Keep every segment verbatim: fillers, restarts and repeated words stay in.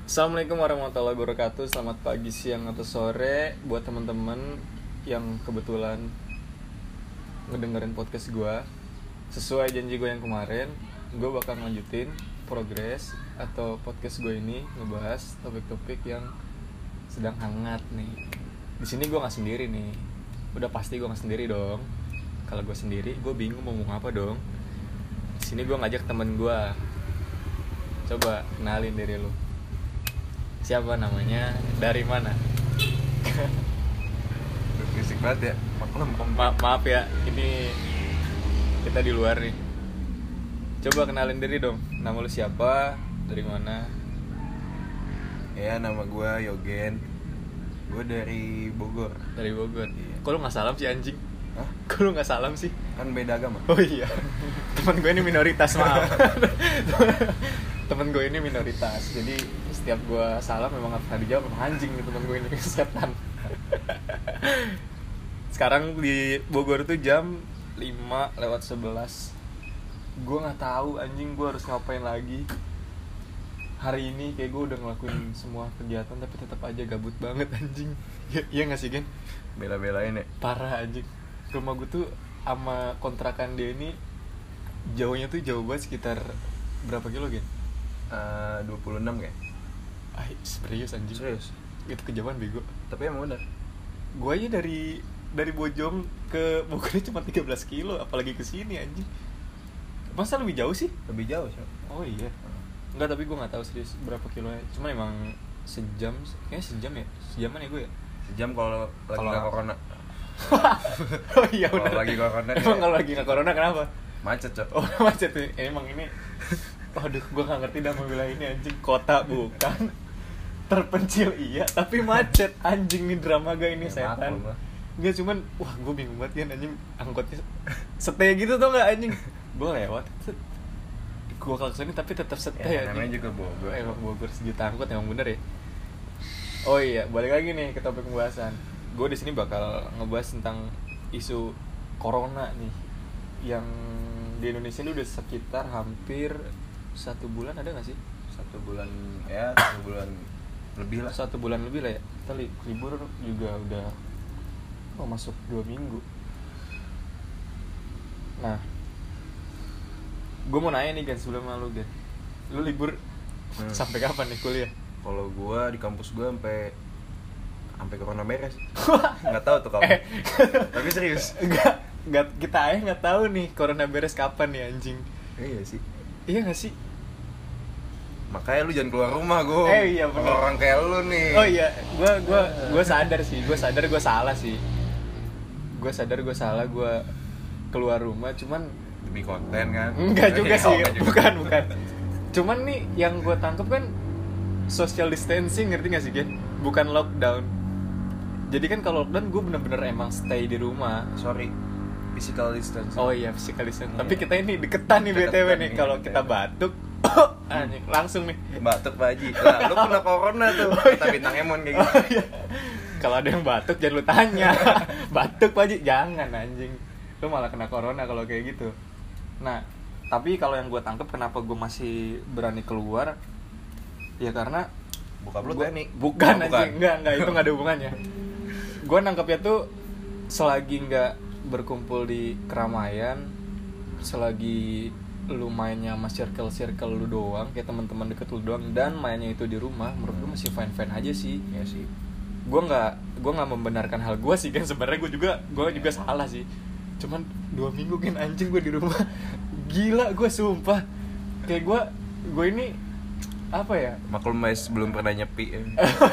Assalamualaikum warahmatullahi wabarakatuh. Selamat pagi, siang, atau sore buat teman-teman yang kebetulan ngedengerin podcast gue. Sesuai janji gue yang kemarin, gue bakal lanjutin progres atau podcast gue ini ngebahas topik-topik yang sedang hangat nih. Di sini gue nggak sendiri nih. Udah pasti gue nggak sendiri dong. Kalau gue sendiri, gue bingung mau ngomong apa dong. Di sini gue ngajak temen gue. Coba kenalin diri lu. Siapa namanya? Dari mana? Berisik banget ya. Maklum Ma- maaf ya, ini kita di luar nih. Coba kenalin diri dong. Nama lu siapa? Dari mana? Ya, nama gue Yogen. Gue dari Bogor. Dari Bogor. Iya. Kok lu nggak salam sih anjing? Hah? Kok lu nggak salam sih? Kan beda agama. Oh iya. Temen gue ini minoritas, maaf. Temen gue ini minoritas. Jadi setiap gue salam memang nggak pernah dijawab sama anjing nih temen gue ini, setan. Sekarang di Bogor tuh jam lima lewat sebelas. Gue nggak tahu anjing gue harus ngapain lagi. Hari ini kayak gue udah ngelakuin semua kegiatan tapi tetap aja gabut banget anjing. Iya nggak sih Gen? Bela-belain ya. Parah anjing. Rumah gue tuh sama kontrakan dia ini jauhnya tuh jauh banget, sekitar berapa kilo Gen? Uh, dua puluh enam kayak. Ah, serius anjing. Serius. Itu kejauhan bego. Tapi emang bener. Gue aja dari dari Bojong ke Bogornya cuma tiga belas kilo, apalagi ke sini anjing. Masa lebih jauh sih? Lebih jauh sih. Oh iya. Enggak, tapi gue enggak tahu serius berapa kilonya. Cuma emang sejam, kayaknya sejam ya. Sejaman ya gue ya. Sejam kalau lagi Kalau- nggak corona. Oh iya Kalau benar. lagi corona Emang ya. kalau lagi nggak corona kenapa? Macet, Cok. Oh macet nih. Emang ini. Waduh, gue nggak ngerti dah mau bilang ini anjing. Kota bukan, terpencil iya, tapi macet anjing nih, drama gak ini Ya, setan. maklum lah. Enggak, cuman wah gue bingung banget kan anjing, angkotnya setia gitu tau gak anjing. Gue lewat, gue kelaksonin tapi tetap setia Ya, namanya anjing. juga Bogor. Emang Bogor sejuta angkot emang bener ya. Oh iya, balik lagi nih ke topik pembahasan. Gue di sini bakal ngebahas tentang isu corona nih, yang di Indonesia ini udah sekitar hampir satu bulan, ada nggak sih? Satu bulan ya, satu bulan lebih lah. Satu bulan lebih lah ya. Kita li- libur juga udah oh, masuk dua minggu. Nah, gue mau nanya nih Gan, sebelum lu Gan, lu libur Hmm. sampai kapan nih kuliah? Kalau gue di kampus gue sampai sampai corona beres. Nggak tahu tuh kamu. Eh. Tapi serius. Enggak, enggak, kita aja nggak tahu nih corona beres kapan nih anjing. Iya sih. Iya nggak sih? Makanya lu jangan keluar rumah, Go. Eh, iya, bener. Orang kayak lu nih. Oh iya, gue gua gua sadar sih, gue sadar gue salah sih. Gue sadar gue salah, gue keluar rumah, cuman Demi konten kan. enggak juga Oh, sih, enggak juga. bukan bukan. Cuman nih yang gue tangkep kan social distancing, ngerti gak sih Gen? Bukan lockdown. Jadi kan kalau lockdown gue bener-bener emang stay di rumah. Sorry. Physical distancing. Oh iya, physical distancing. Iya. Tapi kita ini deketan nih B T W Deketan nih. nih, Kalau B T W. kita batuk, anjing langsung nih. Batuk Pak Haji. Lah, lu kena corona tuh. Kata bintang Emon kayak gitu. Oh iya. Kalau ada yang batuk jangan lu tanya. Batuk Pak Haji, jangan anjing. Lu malah kena corona kalau kayak gitu. Nah, tapi kalau yang gue tangkep kenapa gue masih berani keluar, ya karena Bokap lu gua- teknik. Bukan Oh, anjing, enggak, enggak, itu enggak ada hubungannya. Gue nangkepnya tuh selagi enggak berkumpul di keramaian, selagi lu mainnya sama circle-circle lu doang, kayak teman-teman deket lu doang, dan mainnya itu di rumah, menurut gue masih fine-fine aja sih. Iya sih. Gue nggak gue nggak membenarkan hal gue sih kan, sebenarnya gue juga gue juga salah sih. Cuman dua minggu kan anjing gue di rumah, gila gue sumpah. Kayak gue gue ini apa ya? Maklum Mas belum pernah nyepi. Ya.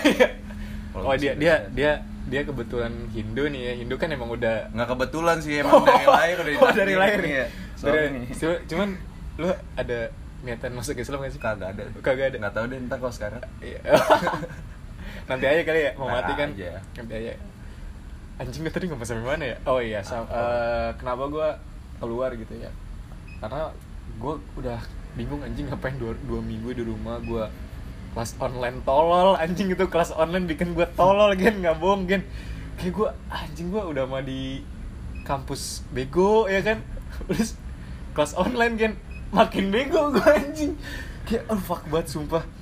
Oh dia dia dia dia kebetulan Hindu nih ya. Hindu kan emang udah Nggak kebetulan sih, emang dari lahir udah oh, dari lahir nih. ya. Sorry Dari- nih. cu- cuman lu ada niatan masuk Islam gak sih? Kagak ada. Kagak ada. Nggak tahu deh entar kalau sekarang. Iya. Nanti aja kali ya, mau Ntar mati kan? aja. Nanti aja. Anjing gue tadi ngomong sampai mana ya? Oh iya, sam- eh, kenapa gue keluar gitu ya? Karena gue udah bingung anjing ngapain dua, dua minggu di rumah. Gue kelas online tolol anjing, itu kelas online bikin gue tolol Gen, nggak bohong Gen. Kayak gue anjing, gue udah mah di kampus bego ya kan, terus kelas online Gen makin bego gue anjing. Kayak oh fuck banget sumpah.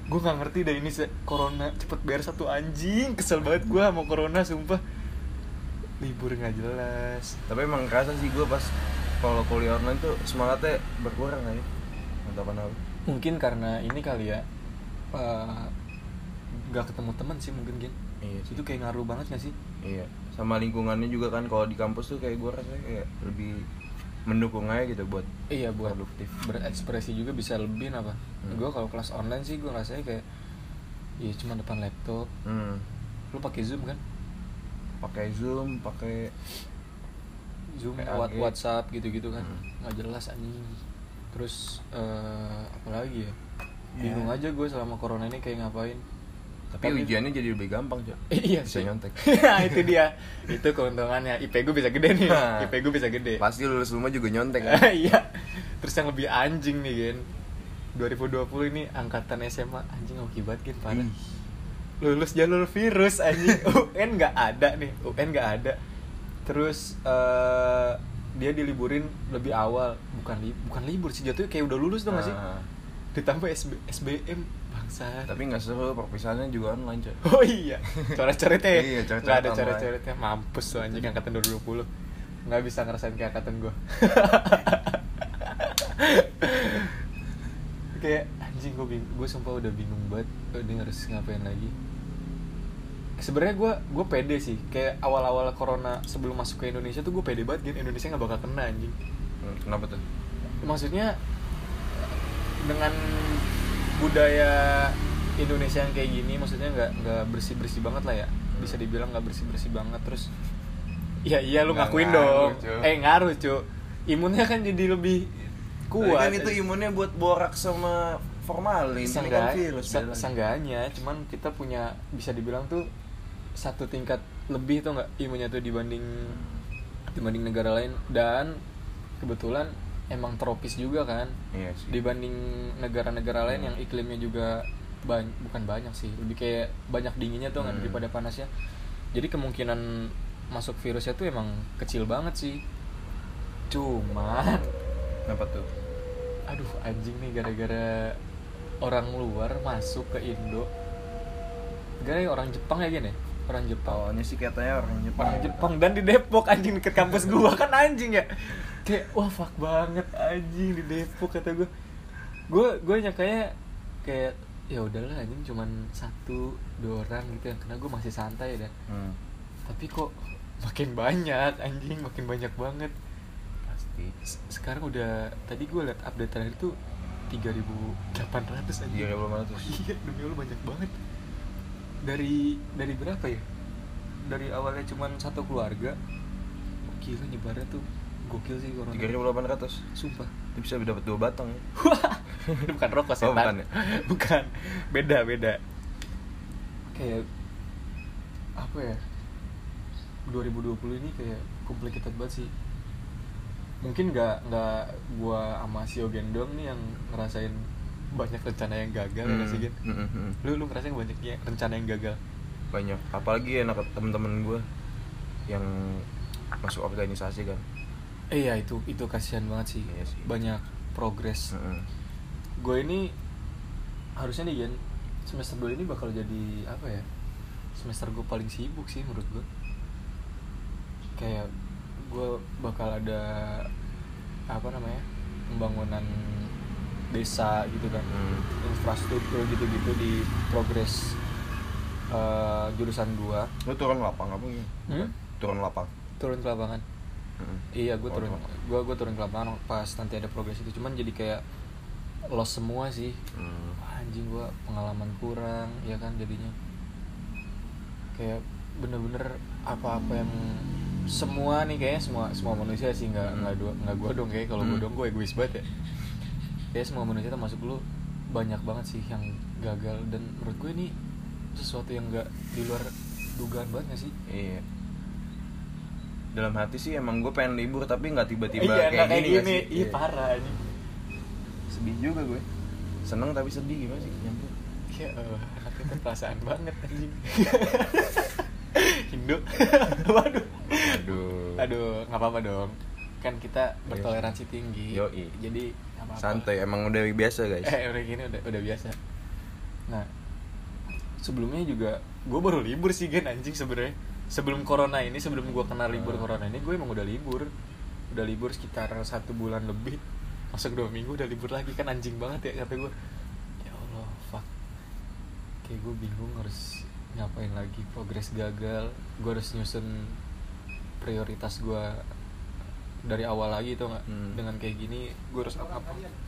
Gue nggak ngerti deh ini se- corona cepet beres satu anjing, kesel banget gue sama corona sumpah. Libur nggak jelas. Tapi emang kerasa sih gue pas kalau kuliah online tuh semangatnya berkurang aja. Entah kenapa. Mungkin karena ini kali ya, uh, nggak ketemu teman sih mungkin Gen. Iya sih. Itu kayak ngaruh banget nggak sih? Iya. Sama lingkungannya juga kan, kalau di kampus tuh kayak gue rasanya kayak lebih mendukung aja gitu buat Iya, buat produktif. berekspresi juga bisa lebih apa. Hmm. Gue kalau kelas online sih gue rasanya kayak ya cuma depan laptop. Hmm. Lu pakai Zoom kan? Pakai Zoom, pakai Zoom, Kayak What- A G. WhatsApp gitu-gitu kan. Hmm. Nggak jelas anjing. Terus uh, apa lagi ya? Bingung Ya. aja gue selama corona ini kayak ngapain. Tapi ujiannya jadi lebih gampang, Cok. Iya Bisa sih. nyontek. Nah, itu dia. Itu keuntungannya. I P gue bisa gede nih. I P gue bisa gede. Pasti lulus rumah juga nyontek kan? Iya. Terus yang lebih anjing nih, Gen. dua ribu dua puluh ini angkatan S M A anjing oke banget Gen, parah. Ih. Lulus jalur virus anjing. U N nggak ada nih. U N nggak ada. Terus uh, dia diliburin lebih awal. Bukan li- bukan libur sih, jatuhnya kayak udah lulus dong nggak sih? Ah. Ditambah S B- S B M bangsa. Tapi nggak seru, perpisahannya juga online, Cok. Oh iya, coret-coretnya ya? Iya, coret-coret Nggak ada online. coret-coretnya, mampus tuh anjing angkatan dua ribu dua puluh. Nggak bisa ngerasain kayak angkatan gue. Kayak anjing gue bing, gue sumpah udah bingung banget, udah harus ngapain lagi. Sebenarnya gue gue pede sih, kayak awal-awal corona sebelum masuk ke Indonesia tuh gue pede banget, Gen, Indonesia nggak bakal kena anjing. Hmm, kenapa tuh? Maksudnya dengan budaya Indonesia yang kayak gini, maksudnya nggak nggak bersih bersih banget lah ya, bisa dibilang nggak bersih bersih banget. Terus iya iya lu Nggak ngakuin ngaruh, dong, cu. eh ngaruh cu, imunnya kan jadi lebih kuat. Tapi kan itu imunnya buat borak sama formalin, ini kan Seenggak- virus. se- beda lagi. seenggaknya, cuman kita punya bisa dibilang tuh satu tingkat lebih tuh nggak imunnya tuh dibanding dibanding negara lain, dan kebetulan emang tropis juga kan. Iya sih. Dibanding negara-negara lain Hmm. yang iklimnya juga ban- bukan banyak sih, lebih kayak banyak dinginnya tuh kan Hmm. daripada panasnya. Jadi kemungkinan masuk virusnya tuh emang kecil banget sih. Cuman Kenapa tuh? aduh anjing nih, gara-gara orang luar masuk ke Indo, gara-gara orang Jepang ya gini, orang Jepang. Awalnya sih katanya orang Jepang. Orang Jepang dan di Depok anjing, deket kampus gua kan anjing ya. Kayak wah fuck banget anjing di Depok kata gua. Gua gua nyakanya kayak ya udahlah anjing, cuman satu dua orang gitu yang kena, gua masih santai dah. Hmm. Tapi kok makin banyak anjing, makin banyak banget. Pasti. S- Sekarang udah, tadi gua liat update terakhir tuh tiga ribu delapan ratus anjing. tiga ribu lima ratus. Iya, demi Allah banyak banget. Dari dari berapa ya? Dari awalnya cuman satu keluarga. Gila nyebarnya tuh gokil sih corona. tiga ribu delapan ratus. Sumpah. Itu bisa dapat dua batang ya. Itu bukan rokok Oh, setan. bukan ya? Bukan. Beda, beda. Kayak apa ya? dua ribu dua puluh ini kayak complicated banget sih. Mungkin nggak nggak gua sama si Ogendong nih yang ngerasain banyak rencana yang gagal Hmm. nggak sih, Gen? Hmm, hmm, hmm. Lu lu ngerasain banyak ya rencana yang gagal. Banyak. Apalagi anak temen-temen gue yang masuk organisasi kan. Eh, iya itu itu kasihan banget sih. Iya sih. Banyak progres. Hmm. Gue ini harusnya nih Gen, semester dua ini bakal jadi apa ya? Semester gue paling sibuk sih menurut gue. Kayak gue bakal ada apa namanya? Pembangunan desa gitu kan. Hmm. Infrastruktur gitu-gitu di progres uh, jurusan gue. Lu turun lapang apa gitu? Hmm? Turun lapang. Turun ke lapangan. Hmm. Iya, gue Oh, turun, turun. gue gue turun ke lapangan pas nanti ada progres itu. Cuman jadi kayak loss semua sih. Hmm. Wah, anjing, gue pengalaman kurang, ya kan jadinya. Kayak bener-bener apa-apa yang semua nih kayaknya semua semua manusia sih, nggak Hmm. nggak dua nggak gue dong kayak kalau gue Hmm. dong gue egois banget ya. Kayak semua manusia termasuk lu banyak banget sih yang gagal, dan menurut gue ini sesuatu yang nggak di luar dugaan banget nggak sih? Iya. Dalam hati sih emang gue pengen libur tapi nggak tiba-tiba Iya, kayak, nggak kayak gini, nggak gini, sih? iya parah anjing. Sedih juga gue. Seneng tapi sedih gimana sih nyampur. Ya, uh, anak itu perasaan banget anjing. Hindu. Waduh. Aduh. Aduh, nggak apa-apa dong. Kan kita bertoleransi tinggi. Yoi. Jadi nggak apa-apa. Santai emang udah biasa guys. Eh, udah gini udah udah biasa. Nah sebelumnya juga gue baru libur sih Gen anjing sebenarnya. Sebelum corona ini, sebelum gue kena libur corona ini, gue emang udah libur. Udah libur sekitar satu bulan lebih. Masuk dua minggu udah libur lagi, kan anjing banget ya kata gue. Ya Allah, fuck. Kayak gue bingung harus ngapain lagi. Progres gagal. Gue harus nyusun prioritas gue dari awal lagi tuh gak? Hmm. Dengan kayak gini gue harus apa?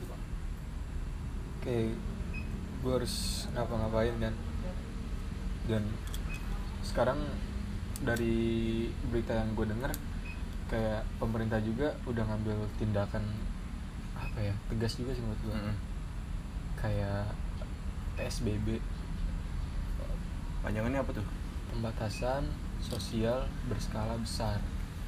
Kayak gue harus ngapa-ngapain dan dan sekarang dari berita yang gue dengar kayak pemerintah juga udah ngambil tindakan apa ya, tegas juga sih menurut gue. Mm-hmm. Kayak P S B B, panjangannya apa tuh? Pembatasan sosial berskala besar.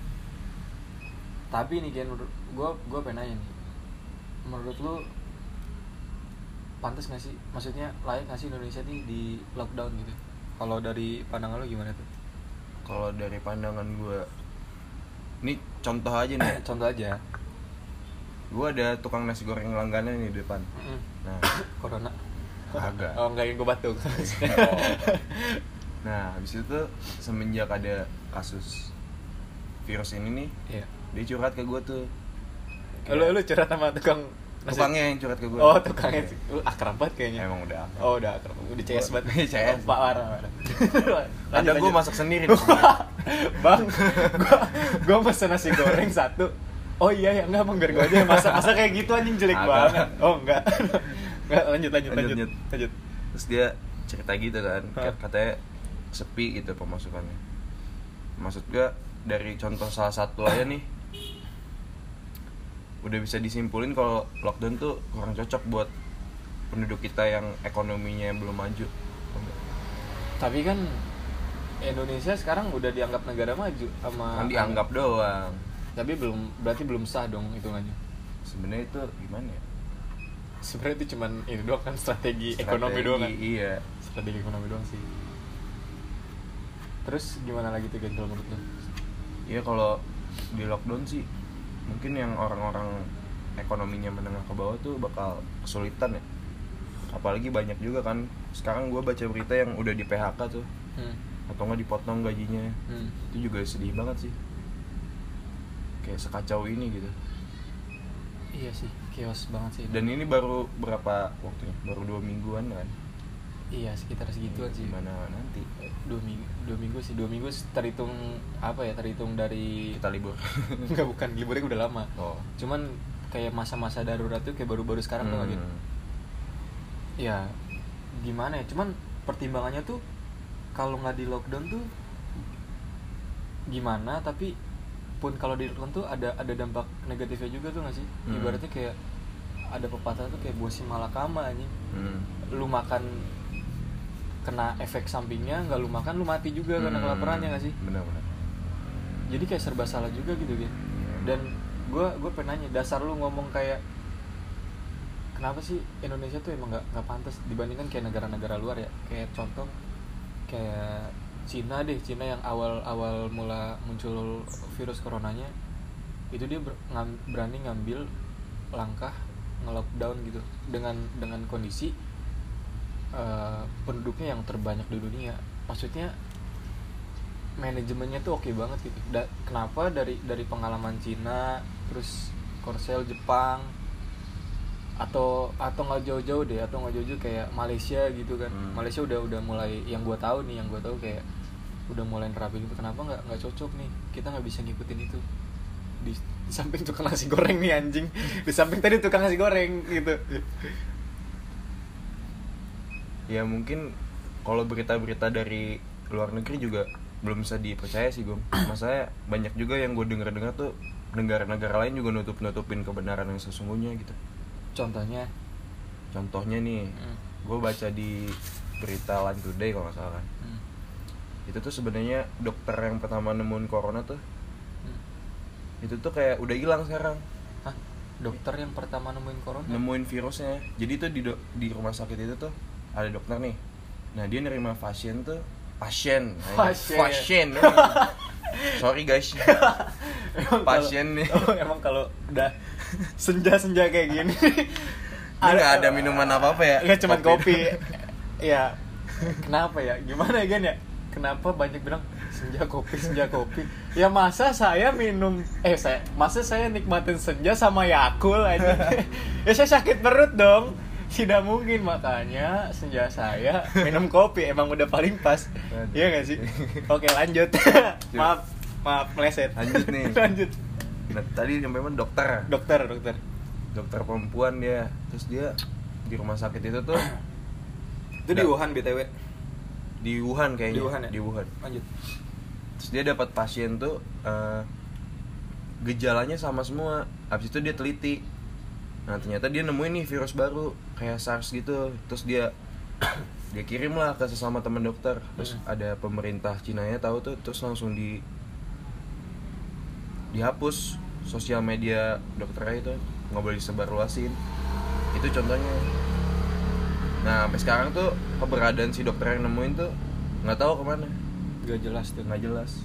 Tapi nih kan menurut gue, gue pengen nanya nih, menurut lu pantas nggak sih, maksudnya layak nggak sih Indonesia nih di lockdown gitu? Kalau dari pandangan lu gimana tuh? Kalau dari pandangan gue, ini contoh aja nih. Contoh aja. Gue ada tukang nasi goreng langganan nih di depan. Mm. Nah, corona. Agak. Oh enggak, yang gue batuk. Oh. Nah, habis itu semenjak ada kasus virus ini nih, iya. Dia curhat ke gue tuh. Lu lu curhat sama tukang nasi? Tukangnya yang curhat ke gue. Oh, tukangnya. Lu akrab banget kayaknya. Emang udah akrab. Oh, udah akrab. Udah C S banget. C S. Pak Wara. Ada gue masak sendiri. Bang, gua gua pesen nasi goreng satu. Oh iya ya, enggak bang, biar gue aja yang masak. Masa kayak gitu anjing, jelek Agak. banget. Oh enggak. Enggak, lanjut lanjut lanjut. lanjut. lanjut. Terus dia cerita gitu kan, huh? Katanya sepi gitu pemasukannya. Maksud gue dari contoh salah satu aja nih, udah bisa disimpulin kalau lockdown tuh kurang cocok buat penduduk kita yang ekonominya belum maju. Tapi kan Indonesia sekarang udah dianggap negara maju sama kan dianggap doang. Tapi belum, berarti belum sah dong hitungannya. Sebenarnya itu gimana ya? Sebenarnya itu cuman ini doang kan, strategi, strategi ekonomi doang kan. Iya. Strategi ekonomi doang sih. Terus gimana lagi tuh Gentle menurut lu? Iya kalau di lockdown sih mungkin yang orang-orang ekonominya menengah ke bawah tuh bakal kesulitan ya. Apalagi banyak juga kan sekarang gue baca berita yang udah di P H K tuh. Hmm. Atau nggak dipotong gajinya. Hmm. Itu juga sedih banget sih. Kayak sekacau ini gitu. Iya sih, chaos banget sih. Dan ini baru berapa waktunya? Baru dua mingguan kan? Iya, sekitar segituan sih. Gimana nanti? Dua minggu, dua minggu sih, dua minggu terhitung apa ya? Terhitung dari kita libur. Enggak, bukan, liburnya udah lama. Oh. Cuman kayak masa-masa darurat tuh kayak baru-baru sekarang hmm. tuh gitu. Ya, gimana ya? Cuman pertimbangannya tuh kalau nggak di lockdown tuh gimana? Tapi pun kalau di lockdown tuh ada ada dampak negatifnya juga tuh nggak sih? Hmm. Ibaratnya kayak ada pepatah tuh kayak buah si malakama anjing. Hmm. Lu makan kena efek sampingnya, nggak lu makan lu mati juga hmm. karena kelaparannya nggak sih? Benar-benar. Jadi kayak serba salah juga gitu kan. Dan gue gue pengen nanya, dasar lu ngomong kayak kenapa sih Indonesia tuh emang nggak nggak pantas dibandingkan kayak negara-negara luar ya? Kayak contoh kayak Cina deh, Cina yang awal-awal mula muncul virus coronanya itu dia ber, ngam, berani ngambil langkah nge-lockdown gitu dengan dengan kondisi uh, penduduknya yang terbanyak di dunia. Maksudnya manajemennya tuh oke banget gitu. Da, kenapa dari dari pengalaman Cina, terus Korsel Jepang, atau atau nggak jauh-jauh deh, atau nggak jauh-jauh kayak Malaysia gitu kan. Hmm. Malaysia udah udah mulai, yang gue tahu nih, yang gue tahu kayak udah mulai nerapin gitu. Kenapa nggak nggak cocok nih? Kita nggak bisa ngikutin itu. Di, di samping tukang nasi goreng nih anjing, di samping tadi tukang nasi goreng gitu. Ya mungkin kalau berita-berita dari luar negeri juga belum bisa dipercaya sih gue. Masalahnya banyak juga yang gue dengar-dengar tuh negara-negara lain juga nutup-nutupin kebenaran yang sesungguhnya gitu. Contohnya? Contohnya nih, hmm. gue baca di berita Line Today kalau nggak salah kan. Hmm. Itu tuh sebenarnya dokter yang pertama nemuin corona tuh, hmm. itu tuh kayak udah hilang sekarang. Hah? Dokter yang pertama nemuin corona? Nemuin virusnya. Jadi tuh di do- di rumah sakit itu tuh ada dokter nih. Nah dia nerima pasien tuh, pasien, pasien, pasien. Sorry guys, pasien nih. Oh emang kalau udah senja-senja kayak gini nggak ada minuman apa apa ya? Nggak cuma kopi. ya kenapa ya, gimana ya Gan ya, kenapa banyak bilang senja kopi senja kopi, ya masa saya minum eh saya masa saya nikmatin senja sama Yakult aja. Ya saya sakit perut dong, tidak mungkin, makanya senja saya minum kopi, emang udah paling pas. Iya nggak sih? Oke lanjut. maaf maaf meleset. Lanjut nih. Lanjut. Nah, tadi sampai mana dokter Dokter dokter dokter perempuan dia, terus dia di rumah sakit itu tuh itu di Wuhan B T W. Di Wuhan kayaknya. Di Wuhan ya? Di Wuhan. Lanjut. Terus dia dapat pasien tuh uh, gejalanya sama semua. Habis itu dia teliti. Nah, ternyata dia nemuin nih virus baru kayak SARS gitu. Terus dia dia kirim lah ke sesama teman dokter. Terus hmm. ada pemerintah Cinanya tahu tuh, terus langsung di dihapus sosial media dokternya itu, nggak boleh disebarluasin. Itu contohnya. Nah, sampai sekarang tuh keberadaan si dokter yang nemuin tuh nggak tahu kemana. Gak jelas tuh. Nggak jelas.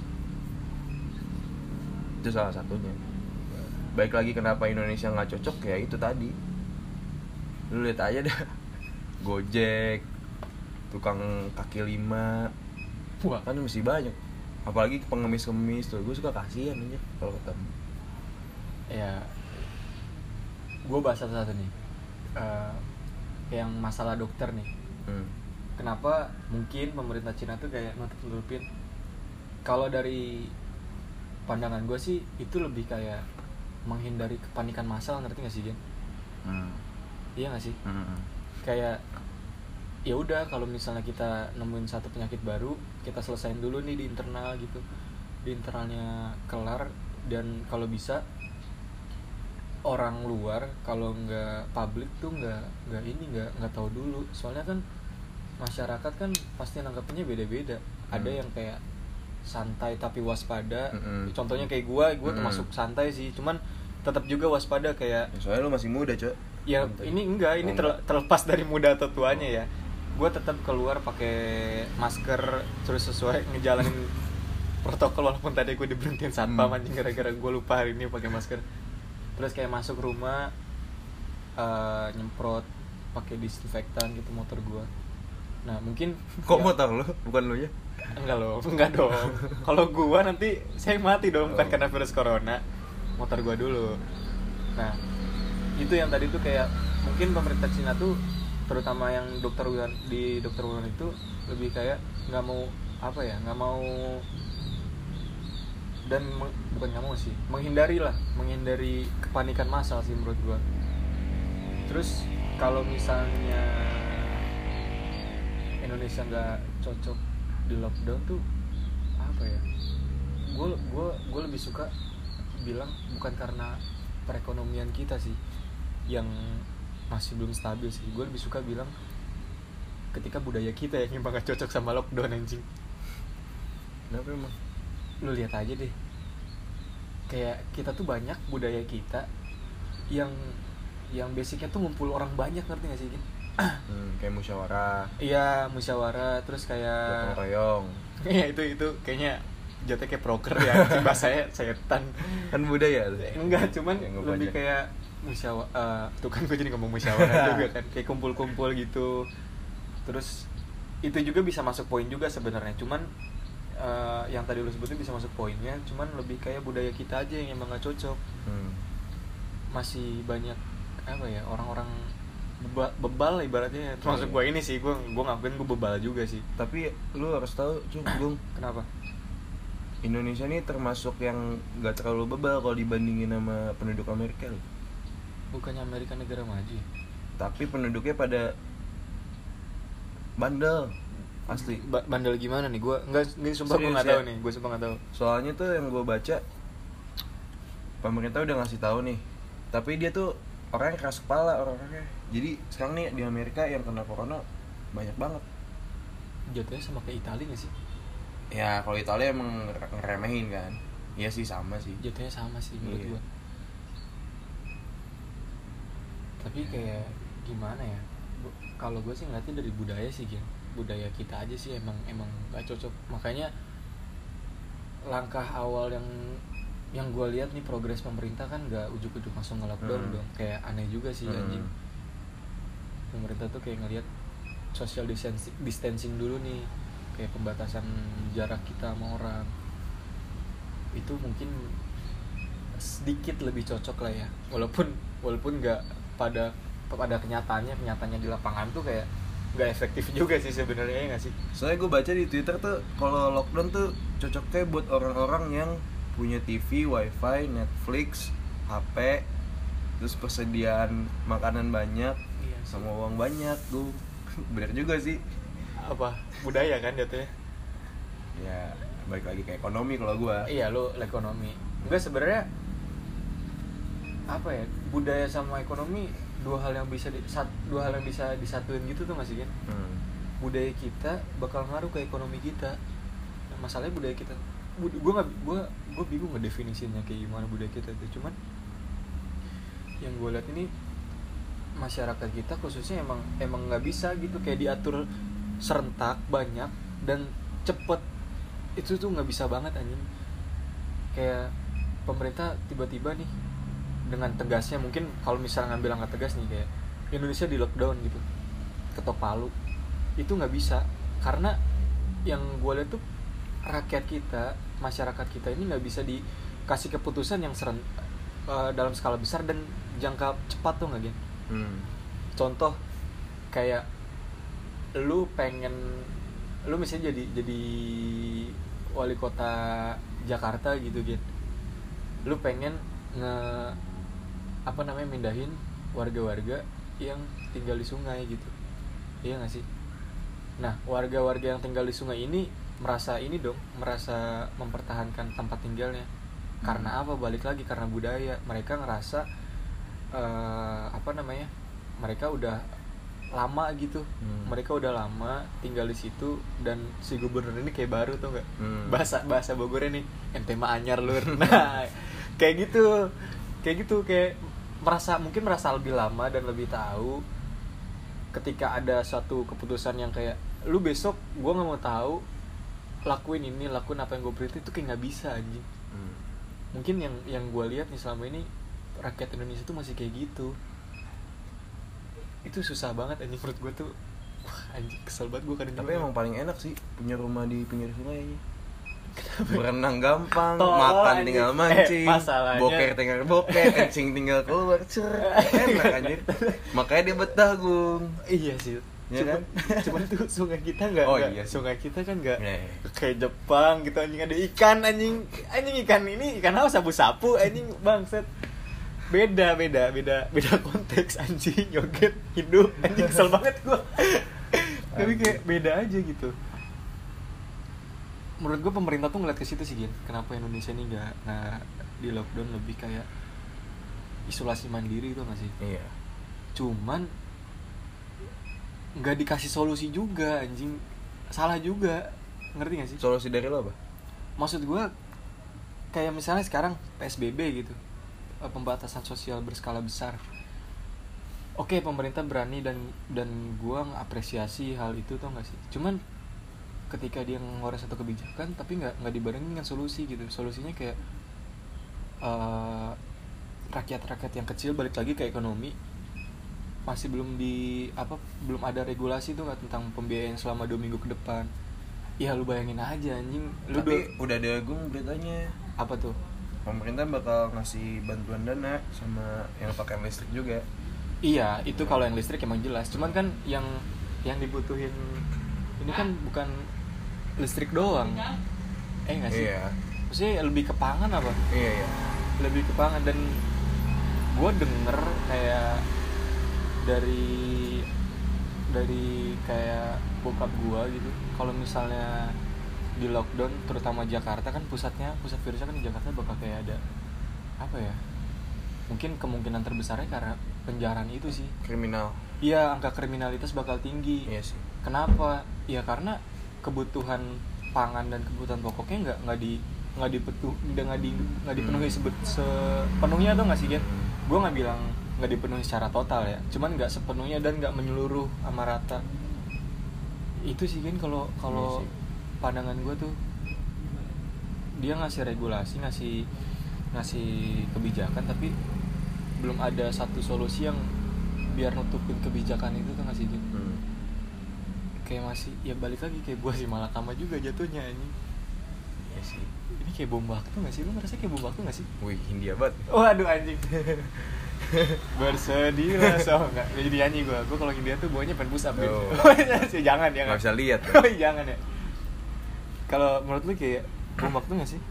Itu salah satunya. Baik lagi kenapa Indonesia nggak cocok ya itu tadi. Lu lihat aja dah. Gojek, tukang kaki lima, wah kan masih banyak. Apalagi pengemis-pengemis tuh, gue suka kasihan aja kalau ketemu. Ya, gue bahas satu-satu nih. Uh, yang masalah dokter nih. Hmm. Kenapa mungkin pemerintah Cina tuh kayak nutup-nutupin? Kalau dari pandangan gue sih itu lebih kayak menghindari kepanikan massal, ngerti nggak sih Gen? Hmm. Iya nggak sih? Hmm. Kayak ya udah, kalau misalnya kita nemuin satu penyakit baru, kita selesain dulu nih di internal gitu, di internalnya kelar, dan kalau bisa orang luar, kalau nggak publik tuh nggak nggak ini nggak nggak tahu dulu, soalnya kan masyarakat kan pasti nanggapnya beda-beda. Hmm. Ada yang kayak santai tapi waspada. Hmm. Contohnya kayak gue, gue hmm. termasuk santai sih, cuman tetap juga waspada kayak. Ya, soalnya lu masih muda, Cok. Ya santai. Ini enggak, ini terle- terlepas dari muda atau tuanya ya. Gue tetap keluar pakai masker terus sesuai ngejalanin protokol, walaupun tadi gue diberhentiin satpam hmm. anjing gara-gara gue lupa hari ini pakai masker. Terus kayak masuk rumah uh, nyemprot pakai disinfektan gitu motor gue. Nah mungkin kok ya, motor lo bukan lo ya? Enggak loh, enggak dong. Kalau gue nanti saya mati dong, bukan oh. karena virus corona. Motor gue dulu. Nah itu yang tadi tuh kayak mungkin pemerintah Cina tuh, terutama yang dokter Wuhan, di dokter Wuhan itu lebih kayak nggak mau apa ya, nggak mau dan me, bukan nggak mau sih, menghindari lah, menghindari kepanikan massal sih menurut gua. Terus kalau misalnya Indonesia nggak cocok di lockdown tuh apa ya? Gua gua gua lebih suka bilang bukan karena perekonomian kita sih yang masih belum stabil sih. Gue lebih suka bilang ketika budaya kita yang emang gak cocok sama lockdown anjing. Kenapa emang? Lu lihat aja deh, kayak kita tuh banyak budaya kita yang yang basicnya tuh ngumpul orang banyak, ngerti gak sih Gin? Hmm, kayak musyawarah. Iya musyawarah, terus kayak gotong royong. Iya itu itu kayaknya jatuhnya kayak proker ya, bahasanya setan. Kan budaya tuh. Enggak, cuman ya, lebih banyak. Kayak musyawarah, uh, tuh kan gue jadi ngomong musyawarah juga kan, kayak kumpul-kumpul gitu. Terus itu juga bisa masuk poin juga sebenarnya, cuman uh, yang tadi lu sebutin bisa masuk poinnya, cuman lebih kayak budaya kita aja yang emang gak cocok. hmm. Masih banyak apa ya, orang-orang beba, bebal ibaratnya, termasuk gue ini sih, gue gue ngakuin gue bebal juga sih. Tapi lu harus tahu Cung, Bung, kenapa Indonesia ini termasuk yang gak terlalu bebal kalau dibandingin sama penduduk Amerika loh. Bukannya Amerika negara maju, tapi penduduknya pada bandel asli. Ba- bandel gimana nih? Gue nggak, ini sumpah gue nggak tahu nih. Gue sumpah nggak tahu. Soalnya tuh yang gue baca, pemerintah udah ngasih tahu nih, tapi dia tuh orangnya keras kepala orang-orangnya. Jadi sekarang nih di Amerika yang kena corona banyak banget. Jatuhnya sama kayak Italia nggak sih? Ya kalau Italia emang ngeremehin kan. Iya sih sama sih. Jatuhnya sama sih menurut iya. gue. Tapi kayak gimana ya, kalau gue sih ngeliatnya dari budaya sih Gin. Budaya kita aja sih emang emang gak cocok. Makanya langkah awal yang yang gue lihat nih, progres pemerintah kan gak ujuk-ujuk langsung nge-lockdown hmm. dong. Kayak aneh juga sih hmm. anjing. Pemerintah tuh kayak ngeliat social distancing, distancing dulu nih, kayak pembatasan jarak kita sama orang. Itu mungkin sedikit lebih cocok lah ya, walaupun walaupun nggak pada pada kenyataannya kenyataannya di lapangan tuh kayak nggak efektif juga sih sebenarnya, ya nggak sih? Soalnya gue baca di Twitter tuh kalau lockdown tuh cocoknya buat orang-orang yang punya T V, wifi, Netflix, H P, terus persediaan makanan banyak, Iya sih. sama uang banyak tuh. Bener juga sih. Apa budaya kan jatuhnya? Ya balik lagi ke ekonomi kalau gue. Iya, lo ekonomi. Enggak, sebenarnya apa ya, budaya sama ekonomi dua hal yang bisa di, sat, dua hal yang bisa disatuin gitu tuh masih kan. Hmm. Budaya kita bakal ngaruh ke ekonomi kita. Nah, masalahnya budaya kita, gue nggak gue gue bingung ngedefinisinya kayak gimana budaya kita itu. Cuman yang gue lihat ini masyarakat kita khususnya emang emang nggak bisa gitu kayak diatur serentak banyak dan cepet. Itu tuh nggak bisa banget anjing. Kayak pemerintah tiba-tiba nih dengan tegasnya, mungkin kalau misalnya ngambil angka tegas nih kayak Indonesia di lockdown gitu, ketok palu, itu nggak bisa. Karena yang gue lihat tuh rakyat kita, masyarakat kita ini nggak bisa dikasih keputusan yang seren uh, dalam skala besar dan jangka cepat tuh nggak, Gen? Hmm. Contoh kayak lu pengen, lu misalnya jadi jadi wali kota Jakarta gitu, Gen. Lu pengen nge apa namanya mindahin warga-warga yang tinggal di sungai gitu, iya nggak sih? Nah, warga-warga yang tinggal di sungai ini merasa ini dong, merasa mempertahankan tempat tinggalnya. Hmm. Karena apa? Balik lagi karena budaya. Mereka ngerasa uh, apa namanya? Mereka udah lama gitu. Hmm. Mereka udah lama tinggal di situ dan si gubernur ini kayak baru tuh nggak? Hmm. Bahasa bahasa Bogornya nih, ente mah anyar lur. Nah, kayak gitu. Kayak gitu kayak merasa mungkin merasa lebih lama dan lebih tahu. Ketika ada suatu keputusan yang kayak lu besok gue nggak mau tahu, lakuin ini, lakuin apa yang gue perintah, itu kayak nggak bisa anjing. Hmm. Mungkin yang yang gue lihat nih selama ini rakyat Indonesia tuh masih kayak gitu. Itu susah banget anjing menurut gue tuh. Wah anjing kesel banget gue kadang. Tapi emang paling enak sih punya rumah di pinggir sungai. Berenang gampang, Tol, makan anjing. tinggal mancing, eh, boker tinggal boker, kencing tinggal keluar, cer, enak anjir. Makanya dia betah, Gung. Iya sih. Ya cuman, kan? cuman tuh sungai kita nggak, oh, gak, iya sungai kita kan nggak yeah. kayak Jepang gitu anjing, ada ikan anjing, anjing ikan ini ikan apa sapu-sapu anjing bangset. Beda beda beda beda konteks anjing, joget hidup anjing, kesel banget gua. Tapi kayak beda aja gitu. Menurut gue pemerintah tuh ngeliat ke situ sih, Gin. Kenapa Indonesia ini nggak nggak di lockdown, lebih kayak isolasi mandiri itu nggak sih? Iya. Cuman nggak dikasih solusi juga anjing, salah juga, ngerti nggak sih? Solusi dari lo apa? Maksud gue kayak misalnya sekarang P S B B gitu, pembatasan sosial berskala besar. Oke, pemerintah berani dan dan gue ngapresiasi hal itu, tau nggak sih? Cuman ketika dia ngeluarin satu kebijakan tapi nggak nggak dibarengin dengan solusi gitu. Solusinya kayak uh, rakyat-rakyat yang kecil, balik lagi ke ekonomi, masih belum di apa belum ada regulasi tuh nggak tentang pembiayaan selama dua minggu ke depan. Ya lu bayangin aja anjing. Lu tapi do- udah ada Gung beritanya. Apa tuh? Pemerintah bakal ngasih bantuan dana sama yang pakai listrik juga. Iya, itu ya. Kalau yang listrik emang jelas. Cuman kan yang yang dibutuhin ini kan bukan listrik doang, eh nggak sih? Iya. Maksudnya lebih ke pangan apa? Iya iya. Lebih ke pangan. Dan gue denger kayak dari dari kayak bokap gue gitu, kalau misalnya di lockdown, terutama Jakarta kan pusatnya, pusat virusnya kan di Jakarta, bakal kayak ada apa ya? Mungkin kemungkinan terbesarnya karena penjaraan itu sih. Kriminal. Iya, angka kriminalitas bakal tinggi. Iya sih. Kenapa? Ya karena kebutuhan pangan dan kebutuhan pokoknya nggak nggak di nggak dipetu nggak di nggak dipenuhi sebet, sepenuhnya tuh nggak sih, Gen? Gue nggak bilang nggak dipenuhi secara total ya, cuman nggak sepenuhnya dan nggak menyeluruh sama rata. Itu sih, Gen, kalau kalau pandangan gue tuh, dia ngasih regulasi, ngasih ngasih kebijakan, tapi belum ada satu solusi yang biar nutupin kebijakan itu tuh nggak sih, Gen? Hmm. kayak masih ya balik lagi kayak buah si malakama juga jatuhnya anjing. Iya sih. Ini kayak bom waktu nggak sih? Lu ngerasa kayak bom waktu nggak sih? Wih, Hindia banget. Waduh anjing. Bersedihlah so nggak jadi nyanyi gue. Gue kalau Hindia tuh buahnya pengen push up gitu. Oh. Jangan ya. Nggak bisa lihat. Oh, jangan ya. Kalau menurut lu kayak bom waktu nggak sih?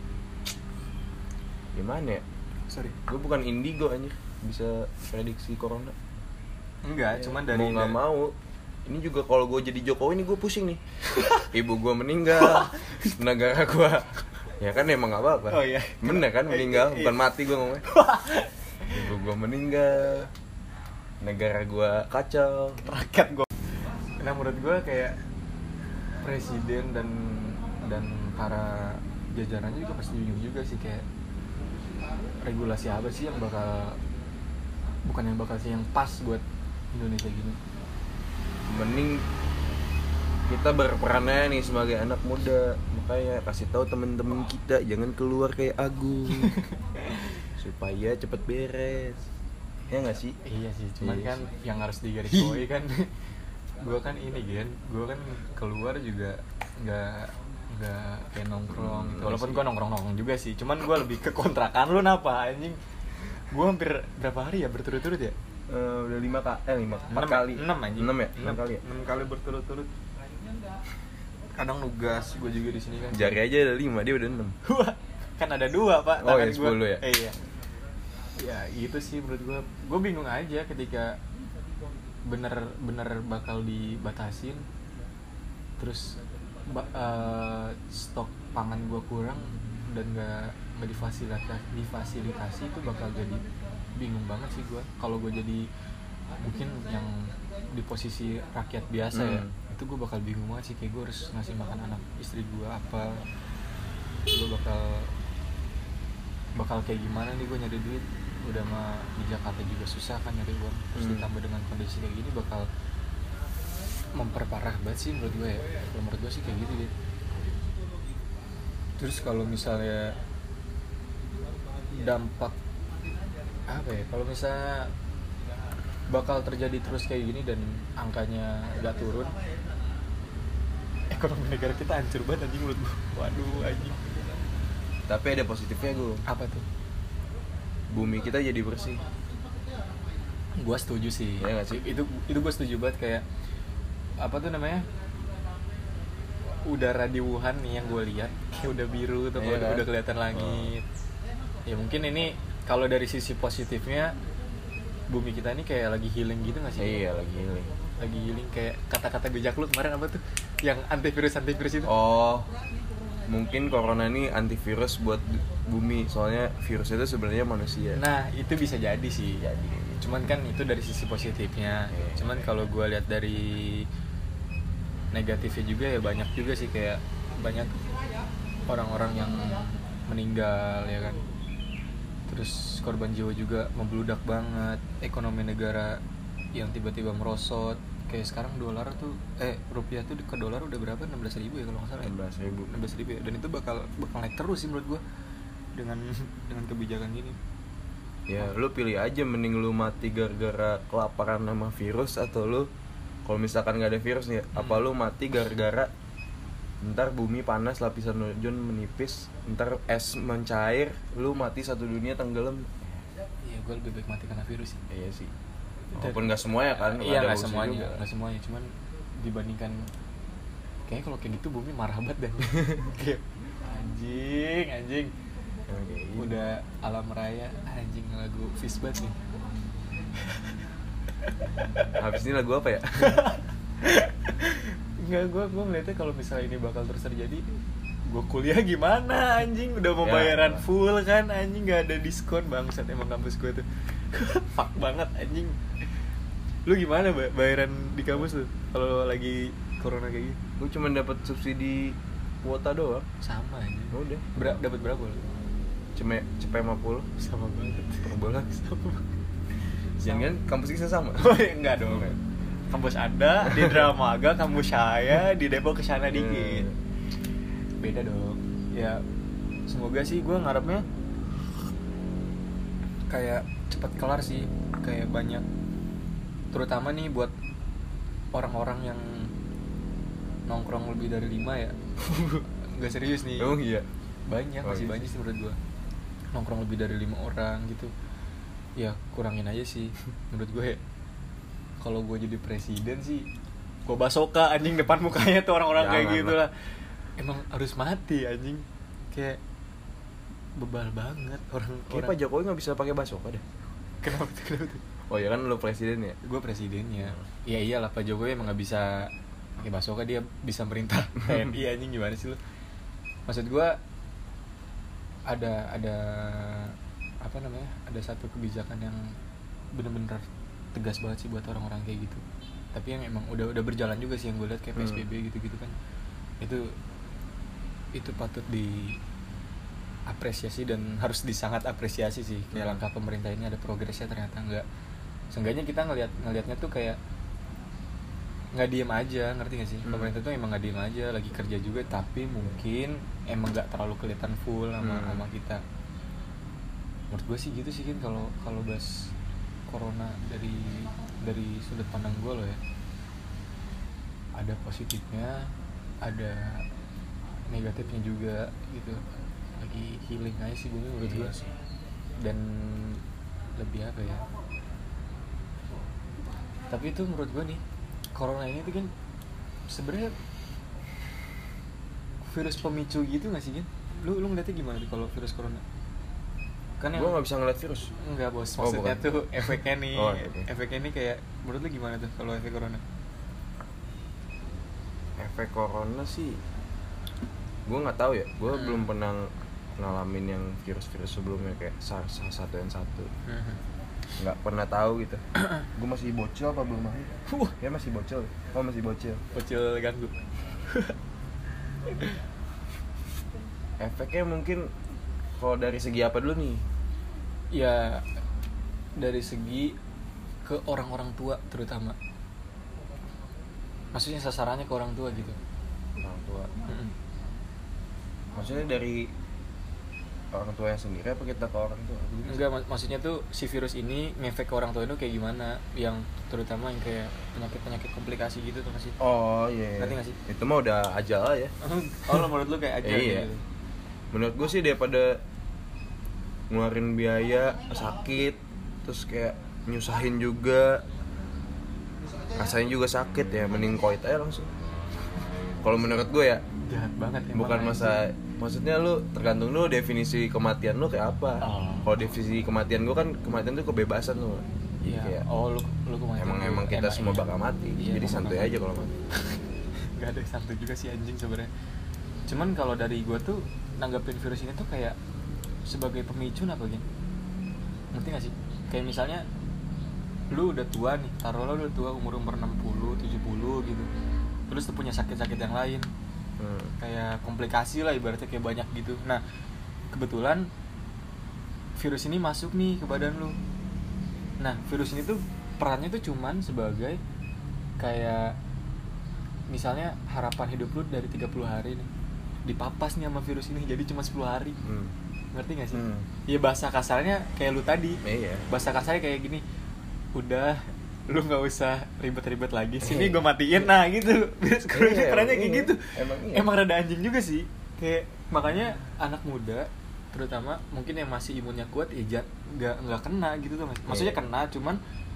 Gimana ya? Sorry. Gue bukan indigo anjir, bisa prediksi corona. Enggak, Ya, cuman dari mau nggak da- mau. Ini juga kalau gue jadi Jokowi nih gue pusing nih. Ibu gue meninggal, negara gue ya kan emang nggak apa-apa. Oh iya. Bener kan meninggal, Iya. bukan mati gue ngomongnya. Ibu gue meninggal, negara gue kacau. rakyat gue. Nah menurut gue kayak presiden dan dan para jajarannya juga pasti bingung juga sih kayak regulasi apa sih yang bakal bukan yang bakal sih yang pas buat Indonesia gini. Mending kita berperannya nih sebagai anak muda, makanya kasih tahu temen-temen kita jangan keluar kayak Agung supaya cepet beres. Ya nggak sih? Iya sih, cuman Iya kan sih. yang harus digarisbawahi kan gue kan ini kan, gue kan keluar juga nggak nggak kayak nongkrong gitu. Hmm, Walaupun sih. gue nongkrong nongkrong juga sih, cuman gue lebih ke kontrakan lu napa anjing. Gue hampir berapa hari ya berturut-turut ya? Eh, udah lima kali, eh lima, empat Enam- kali, enam anjing. enam ya, enam kali ya. enam kali berturut-turut. Kadang nugas gue juga di sini kan. Jari aja ada lima, dia udah enam. Wah, kan ada dua pak. Oh, tangan yang sepuluh gua. ya? Eh, iya. Ya gitu sih menurut gue. Gue bingung aja ketika bener-bener bakal dibatasin, terus ba- eh, stok pangan gue kurang dan nggak nggak difasilitasi, difasilitasi itu bakal jadi bingung banget sih gue. Kalau gue jadi mungkin yang di posisi rakyat biasa ya, Hmm. itu gue bakal bingung banget sih kayak gue harus ngasih makan anak istri gue apa, gue bakal bakal kayak gimana nih gue nyari duit. Udah mah di Jakarta juga susah kan nyari uang, terus Hmm. ditambah dengan kondisi kayak gini bakal memperparah banget sih menurut gue ya. Kalau menurut gue sih kayak gitu deh. Terus kalau misalnya dampak apa ya, kalau misalnya bakal terjadi terus kayak gini dan angkanya nggak turun, ekonomi negara kita hancur banget anjing menurut gue. Waduh anjing. Tapi ada positifnya gue, Apa tuh? bumi kita jadi bersih. Gua setuju sih. Iya nggak sih? Itu itu gue setuju banget kayak apa tuh namanya? Udara di Wuhan nih yang gue lihat kayak udah biru tuh, Iya udah, kan? udah kelihatan langit. Ya mungkin ini kalau dari sisi positifnya bumi kita ini kayak lagi healing gitu nggak sih? Iya lagi ini. Lagi healing kayak kata-kata bijak lu kemarin apa tuh? Yang antivirus antivirus itu. Oh, mungkin corona ini antivirus buat bumi, soalnya virus itu sebenarnya manusia. Nah itu bisa jadi sih. Jadi. Cuman kan itu dari sisi positifnya. Iya. Cuman kalau gue lihat dari negatifnya juga ya banyak juga sih, kayak banyak orang-orang yang meninggal ya kan. Terus korban jiwa juga membludak banget. Ekonomi negara yang tiba-tiba merosot. Kayak sekarang dolar tuh eh rupiah tuh ke dolar udah berapa? enam belas ribu ya kalau nggak salah. enam belas ribu. enam belas ribu ya. Dan itu bakal bakal naik terus sih menurut gue dengan dengan kebijakan gini. Ya, lu pilih aja, mending lu mati gara-gara kelaparan sama virus, atau lu kalau misalkan nggak ada virus nih, Hmm. apa lu mati gara-gara ntar bumi panas, lapisan ozon menipis, ntar es mencair, lu mati satu dunia tenggelam. Iya, gue lebih baik mati karena virus sih. Iya sih. Walaupun nggak semuanya kan, Iya ada nggak bagusnya semuanya, juga. nggak semuanya. Cuman dibandingkan, kayaknya kalau kayak gitu bumi marah banget dan kayak anjing, anjing. Emang kayak gitu. Udah alam raya, anjing lagu Fish banget nih. Habis ini lagu apa ya? Enggak, gue gue melihatnya kalau misalnya ini bakal terus terjadi, gue kuliah gimana anjing, udah mau Ya. bayaran full kan anjing, nggak ada diskon bangsat emang kampus gue tuh. Fuck banget anjing. Lu gimana ba- bayaran di kampus lu kalau lagi corona kayak gini? Gue cuma dapat subsidi kuota doang. Sama aja. Udah. Ber- dapat berapa lu? Cuma cepet lima puluh Sama banget. per bulan. Sama banget. Jangan kan kampus kita sama. Oh, enggak dong. Kampus ada di Dramaga, kampus saya di Depok kesana dikit. Beda dong. Ya semoga sih, gue ngarepnya kayak cepat kelar sih, kayak banyak, terutama nih buat orang-orang yang nongkrong lebih dari lima ya. Nggak serius nih. Oh iya. Banyak, Oh, masih iya. banyak sih menurut gue. Nongkrong lebih dari lima orang gitu. Ya kurangin aja sih menurut gue. Kalau gue jadi presiden sih, gue basoka anjing depan mukanya tuh orang-orang kayak Jangan gitu lah. lah. Emang harus mati anjing. Kayak bebal banget orang Kayak orang. Pak Jokowi nggak bisa pakai basoka deh. Kenapa tuh? Kenapa tuh? Oh ya kan lu presiden ya. Gue presidennya. Ya iyalah, Pak Jokowi emang nggak bisa pakai basoka, dia bisa merintah T N I anjing. Gimana sih lu? Maksud gue ada ada apa namanya? Ada satu kebijakan yang bener-bener tegas banget sih buat orang-orang kayak gitu. Tapi yang emang udah udah berjalan juga sih yang gue lihat kayak P S B B Hmm. gitu-gitu kan. Itu itu patut di apresiasi dan harus disangat apresiasi sih. Kayak langkah pemerintah ini ada progresnya ternyata. Enggak, seenggaknya kita ngelihat ngelihatnya tuh kayak nggak diem aja, ngerti gak sih? Hmm. Pemerintah tuh emang nggak diem aja, lagi kerja juga, tapi mungkin emang nggak terlalu kelihatan full sama Hmm. sama kita. Menurut gue sih gitu sih kan, kalau kalau bahas corona dari dari sudut pandang gue loh ya. Ada positifnya, ada negatifnya juga gitu. Lagi healing aja sih bumi menurut gue. Dan lebih apa ya? Tapi itu menurut gue nih, corona ini tuh kan sebenarnya virus pemicu gitu nggak sih kan? Lu lu ngeliatnya gimana tuh kalau virus corona? Kan yang Gue nggak bisa ngeliat virus. enggak bos, Oh, maksudnya bukan. tuh efeknya nih. Oh, oke. Efeknya nih kayak menurut lu gimana tuh kalau efek corona? Efek corona sih gue nggak tahu ya. Gue Hmm. belum pernah ngalamin yang virus-virus sebelumnya kayak SARS H satu N satu. Nggak pernah tahu gitu. Gue masih bocil apa belum lahir? Wah, Ya masih bocil. Oh masih bocil. bocil ganggu. Efeknya mungkin kalau dari segi apa dulu nih? Ya dari segi ke orang-orang tua terutama. Maksudnya sasarannya ke orang tua gitu. Orang tua. Mm-mm. Maksudnya dari orang tua yang sendiri apa kita ke orang tua? Enggak, mak- maksudnya tuh si virus ini ngefek ke orang tua itu kayak gimana? Yang terutama yang kayak penyakit-penyakit komplikasi gitu tuh masih. Oh iya. Ngerti nggak sih? Itu mah udah ajal ya. Oh, lo menurut lu kayak aja Iya. gitu. Menurut gue sih daripada ngeluarin biaya sakit terus kayak nyusahin juga, rasanya juga sakit ya, mending koit aja langsung. Kalau menurut gue ya, Jahat banget emang bukan anjing. masa, maksudnya lu tergantung lu definisi kematian lu kayak apa. Oh. Kalau definisi kematian gue kan kematian tuh kebebasan lu. Iya. Kayak, Oh, lu lu kematian emang tuh emang kita enak, semua iya. bakal mati, Iya, jadi emang santuy bakal aja mati. kalau mati. Gak ada yang santuy juga sih anjing sebenarnya. Cuman kalau dari gue tuh nanggapin virus ini tuh kayak sebagai pemicu apa gini? Ngerti gak sih? Kayak misalnya lu udah tua nih, taruhlah lu udah tua umur-umur enam puluh, tujuh puluh gitu. Terus tuh punya sakit-sakit yang lain. Hmm. Kayak komplikasi lah ibaratnya, kayak banyak gitu. Nah, kebetulan virus ini masuk nih ke badan lu. Nah, virus ini tuh perannya tuh cuman sebagai kayak misalnya harapan hidup lu dari tiga puluh hari nih dipapas nih sama virus ini jadi cuma sepuluh hari. Hmm. Ngerti gak sih? Hmm. Ya bahasa kasarnya kayak lu tadi. Iya. Bahasa kasarnya kayak gini. Udah, lu nggak usah ribet-ribet lagi. Iya. Sini gue matiin. Nah gitu. Virus corona Iya, perannya kayak iya. gitu. Emang iya. Emang rada anjing juga sih. Kayak makanya anak muda terutama mungkin yang masih imunnya kuat ya ja- nggak nggak kena gitu tuh. Mas. Maksudnya Iya. kena cuman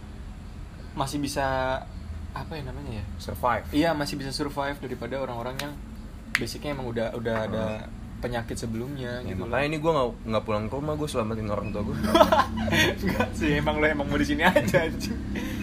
masih bisa apa ya namanya ya? Survive. Iya, masih bisa survive daripada orang-orang yang basicnya emang udah udah ada penyakit sebelumnya Ya, gitu loh. makanya ini gue nggak nggak pulang ke rumah, gue selamatin orang tua gue. Enggak sih, emang lo emang mau di sini aja anjing.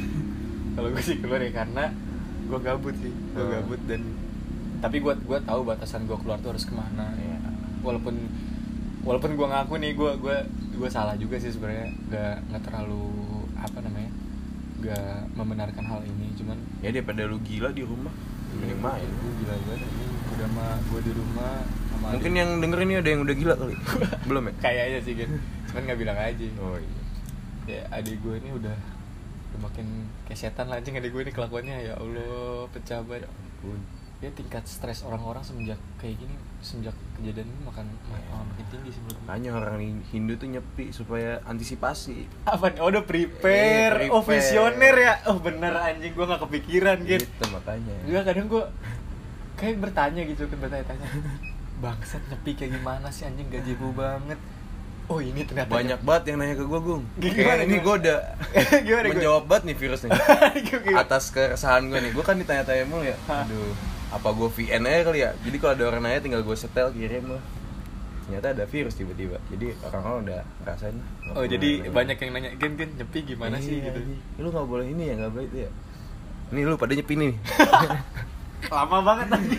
Kalau gue sih keluar ya karena gue gabut sih, gue Hmm. gabut dan tapi gue gue tahu batasan gue keluar tuh harus kemana. Iya. Walaupun walaupun gue ngaku nih gue gue gue salah juga sih sebenarnya, nggak nggak terlalu apa namanya, nggak membenarkan hal ini, cuman Ya daripada lu gila di rumah, mending main. gue gila banget ini udah mah gue di rumah sama Mungkin adik. yang denger ini ada yang udah gila kali. Belum ya? kayaknya sih kan, cuman nggak bilang aja. Oh iya. Ya adik gue ini udah udah makin kayak setan lah anjing adik gue ini kelakuannya, ya Allah pecah banget. Ampun. Ya tingkat stres orang-orang semenjak kayak gini, semenjak kejadian ini makan makin, makin tinggi sih menurut gue. Makanya orang Hindu tuh nyepi supaya antisipasi. Apa? Oh, udah prepare. Eh, Oh, prepare. visioner ya. Oh, bener anjing, gue nggak kepikiran gitu. Gitu makanya. Enggak, kadang gue kayak bertanya gitu kan, bertanya-tanya bangsat nyepi kayak gimana sih anjing, gajiku banget. Oh ini ternyata banyak banget yang nanya ke gue, Gung. Gimana, Kayak ini gue udah gimana, menjawab banget nih virus nih Gimana? atas keresahan gue nih. Gue kan ditanya-tanya mulu ya. Aduh, apa gue V N aja kali ya? Jadi kalau ada orang nanya tinggal gue setel kirim lah. Ternyata ada virus tiba-tiba. Jadi orang-orang udah ngerasain. Oh jadi nanya. Banyak yang nanya, Gen Gen nyepi gimana eh, sih iya, gitu. Lu nggak boleh ini ya, nggak boleh itu ya. Nih lu pada nyepi nih. Lama banget tadi.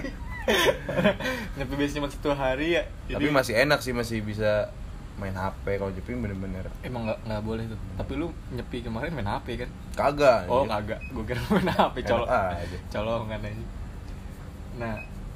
Nyepi biasanya cuma satu hari ya. Jadi... Tapi masih enak sih, masih bisa main H P. Kalau nyepi bener-bener emang nggak nggak boleh tuh. Tapi lu nyepi kemarin main H P kan? Kagak. Oh ya. Kagak. Gue kira main H P, colok aja. Colongan aja. Nah,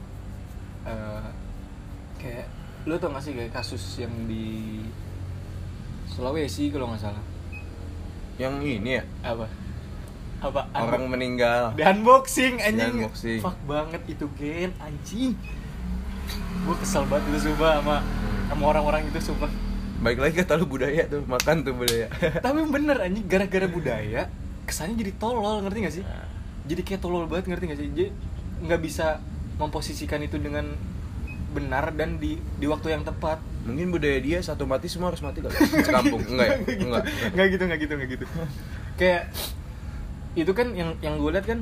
uh, kayak lu tau gak sih kayak kasus yang di Sulawesi kalau nggak salah? Yang ini ya? Apa? Apa? Orang Unbo- meninggal. Di unboxing anjing. Di unboxing. Fuck banget itu Gen anjing. Gue kesel banget itu sumpah sama sama orang-orang itu sumpah. Baik lagi kata lu budaya tuh, makan tuh budaya. Tapi bener anjing, gara-gara budaya kesannya jadi tolol, ngerti gak sih? Nah. Jadi kayak tolol banget, ngerti gak sih? Jadi nggak bisa memposisikan itu dengan benar dan di di waktu yang tepat. Mungkin budaya dia satu mati semua harus mati kali. Sekampung enggak ya? Gitu. Enggak. Enggak gitu, enggak gitu, enggak gitu. Kayak itu kan yang yang gue lihat kan